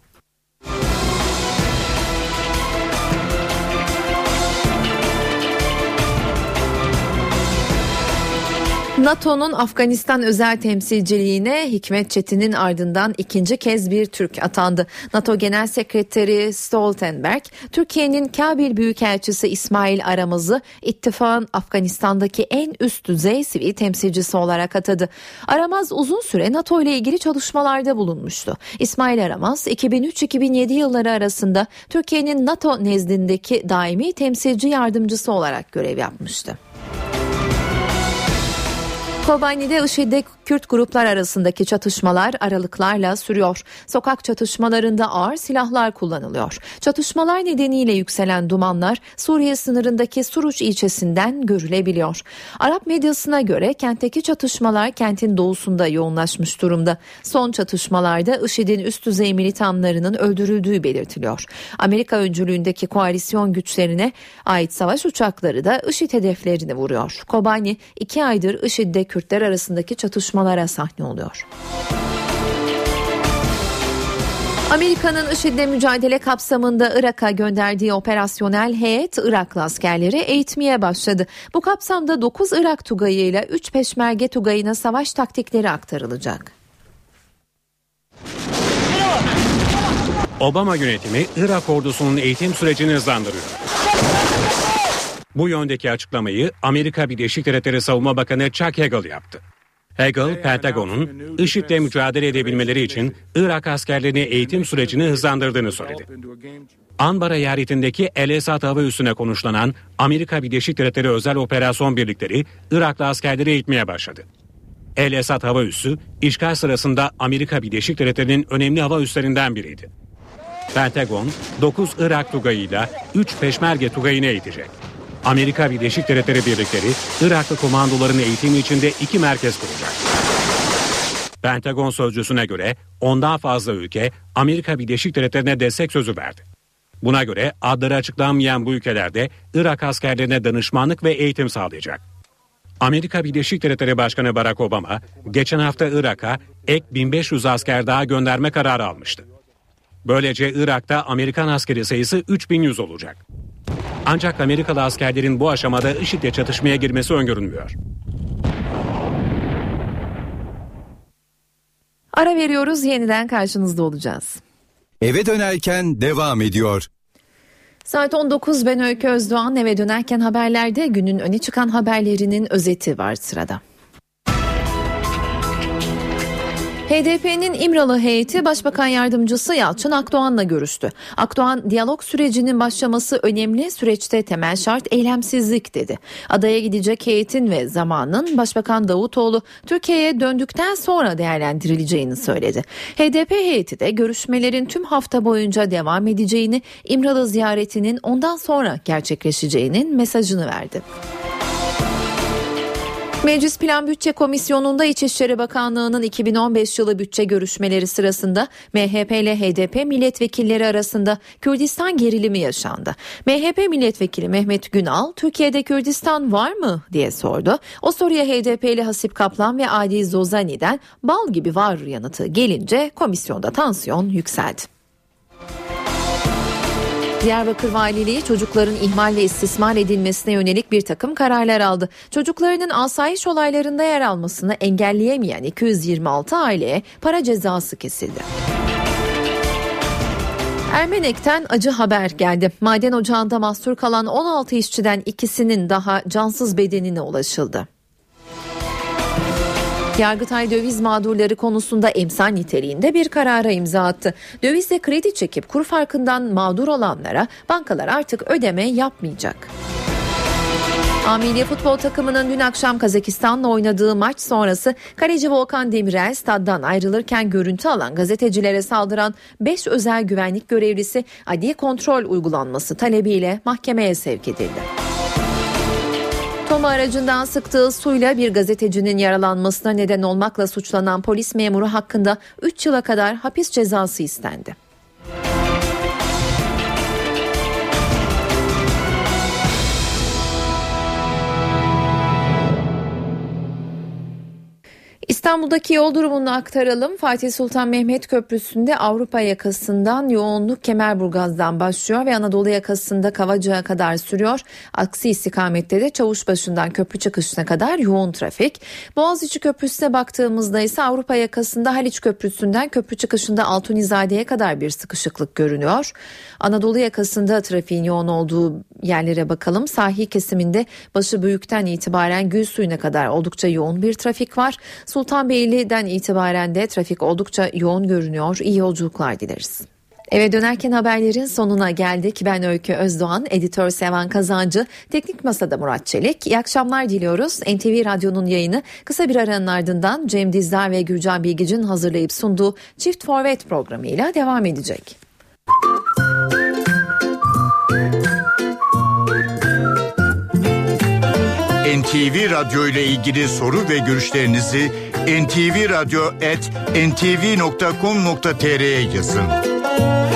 NATO'nun Afganistan özel temsilciliğine Hikmet Çetin'in ardından ikinci kez bir Türk atandı. NATO Genel Sekreteri Stoltenberg, Türkiye'nin Kabil Büyükelçisi İsmail Aramaz'ı ittifakın Afganistan'daki en üst düzey sivil temsilcisi olarak atadı. Aramaz uzun süre NATO ile ilgili çalışmalarda bulunmuştu. İsmail Aramaz, iki bin üç iki bin yedi yılları arasında Türkiye'nin NATO nezdindeki daimi temsilci yardımcısı olarak görev yapmıştı. Kobani'de IŞİD'de Kürt gruplar arasındaki çatışmalar aralıklarla sürüyor. Sokak çatışmalarında ağır silahlar kullanılıyor. Çatışmalar nedeniyle yükselen dumanlar Suriye sınırındaki Suruç ilçesinden görülebiliyor. Arap medyasına göre kentteki çatışmalar kentin doğusunda yoğunlaşmış durumda. Son çatışmalarda IŞİD'in üst düzey militanlarının öldürüldüğü belirtiliyor. Amerika öncülüğündeki koalisyon güçlerine ait savaş uçakları da IŞİD hedeflerini vuruyor. Kobani iki aydır IŞİD'de Kürtler arasındaki çatışmalara sahne oluyor. Amerika'nın IŞİD'le mücadele kapsamında Irak'a gönderdiği operasyonel heyet Iraklı askerleri eğitmeye başladı. Bu kapsamda dokuz Irak Tugayı ile üç Peşmerge Tugayı'na savaş taktikleri aktarılacak. Obama yönetimi Irak ordusunun eğitim sürecini hızlandırıyor. Bu yöndeki açıklamayı Amerika Birleşik Devletleri Savunma Bakanı Chuck Hagel yaptı. Hagel, Pentagon'un IŞİD'le mücadele edebilmeleri için Irak askerlerini eğitim sürecini hızlandırdığını söyledi. Anbar eyaletindeki El Esad hava üssüne konuşlanan Amerika Birleşik Devletleri Özel Operasyon Birlikleri Iraklı askerleri eğitmeye başladı. El Esad hava üssü, işgal sırasında Amerika Birleşik Devletleri'nin önemli hava üslerinden biriydi. Pentagon, dokuz Irak Tugayı'yla üç Peşmerge Tugayı'nı eğitecek. Amerika Birleşik Devletleri birlikleri Iraklı komandoların eğitimi için de iki merkez kuracak. Pentagon sözcüsüne göre ondan fazla ülke Amerika Birleşik Devletleri'ne destek sözü verdi. Buna göre adları açıklanmayan bu ülkelerde Irak askerlerine danışmanlık ve eğitim sağlayacak. Amerika Birleşik Devletleri Başkanı Barack Obama geçen hafta Irak'a ek bin beş yüz asker daha gönderme kararı almıştı. Böylece Irak'ta Amerikan askeri sayısı üç bin yüz olacak. Ancak Amerikalı askerlerin bu aşamada IŞİD'le çatışmaya girmesi öngörülmüyor. Ara veriyoruz, yeniden karşınızda olacağız. Eve dönerken devam ediyor. Saat on dokuz, ben Öykü Özdoğan. Eve dönerken haberlerde günün öne çıkan haberlerinin özeti var sırada. H D P'nin İmralı heyeti Başbakan Yardımcısı Yalçın Akdoğan'la görüştü. Akdoğan, diyalog sürecinin başlaması önemli, süreçte temel şart eylemsizlik dedi. Adaya gidecek heyetin ve zamanın Başbakan Davutoğlu Türkiye'ye döndükten sonra değerlendirileceğini söyledi. H D P heyeti de görüşmelerin tüm hafta boyunca devam edeceğini, İmralı ziyaretinin ondan sonra gerçekleşeceğinin mesajını verdi. Meclis Plan Bütçe Komisyonu'nda İçişleri Bakanlığı'nın iki bin on beş yılı bütçe görüşmeleri sırasında M H P ile H D P milletvekilleri arasında Kürdistan gerilimi yaşandı. M H P milletvekili Mehmet Günal, Türkiye'de Kürdistan var mı diye sordu. O soruya H D P'li Hasip Kaplan ve Adi Zozani'den bal gibi var yanıtı gelince komisyonda tansiyon yükseldi. Diyarbakır Valiliği çocukların ihmal ve istismar edilmesine yönelik bir takım kararlar aldı. Çocuklarının asayiş olaylarında yer almasını engelleyemeyen iki yüz yirmi altı aileye para cezası kesildi. Ermenek'ten acı haber geldi. Maden ocağında mahsur kalan on altı işçiden ikisinin daha cansız bedenine ulaşıldı. Yargıtay döviz mağdurları konusunda emsal niteliğinde bir karara imza attı. Dövizle kredi çekip kur farkından mağdur olanlara bankalar artık ödeme yapmayacak. A Milli Futbol takımının dün akşam Kazakistan'la oynadığı maç sonrası kaleci Volkan Demirel staddan ayrılırken görüntü alan gazetecilere saldıran beş özel güvenlik görevlisi adli kontrol uygulanması talebiyle mahkemeye sevk edildi. Toma aracından sıktığı suyla bir gazetecinin yaralanmasına neden olmakla suçlanan polis memuru hakkında üç yıla kadar hapis cezası istendi. İstanbul'daki yol durumunu aktaralım. Fatih Sultan Mehmet Köprüsü'nde Avrupa yakasından yoğunluk Kemerburgaz'dan başlıyor ve Anadolu yakasında Kavacık'a kadar sürüyor. Aksi istikamette de Çavuşbaşı'ndan köprü çıkışına kadar yoğun trafik. Boğaziçi Köprüsü'ne baktığımızda ise Avrupa yakasında Haliç Köprüsü'nden köprü çıkışında Altunizade'ye kadar bir sıkışıklık görünüyor. Anadolu yakasında trafiğin yoğun olduğu yerlere bakalım. Sahil kesiminde Başıbüyük'ten itibaren Gülsuyu'na kadar oldukça yoğun bir trafik var. Sultanbeyli'den itibaren de trafik oldukça yoğun görünüyor. İyi yolculuklar dileriz. Eve dönerken haberlerin sonuna geldik. Ben Öykü Özdoğan, editör Sevan Kazancı, teknik masada Murat Çelik. İyi akşamlar diliyoruz. N T V Radyo'nun yayını kısa bir aranın ardından Cem Dizdar ve Gürcan Bilgic'in hazırlayıp sunduğu Çift Forvet programıyla devam edecek. N T V Radyo ile ilgili soru ve görüşlerinizi en ti vi radyo at en ti vi nokta com nokta tr yazın.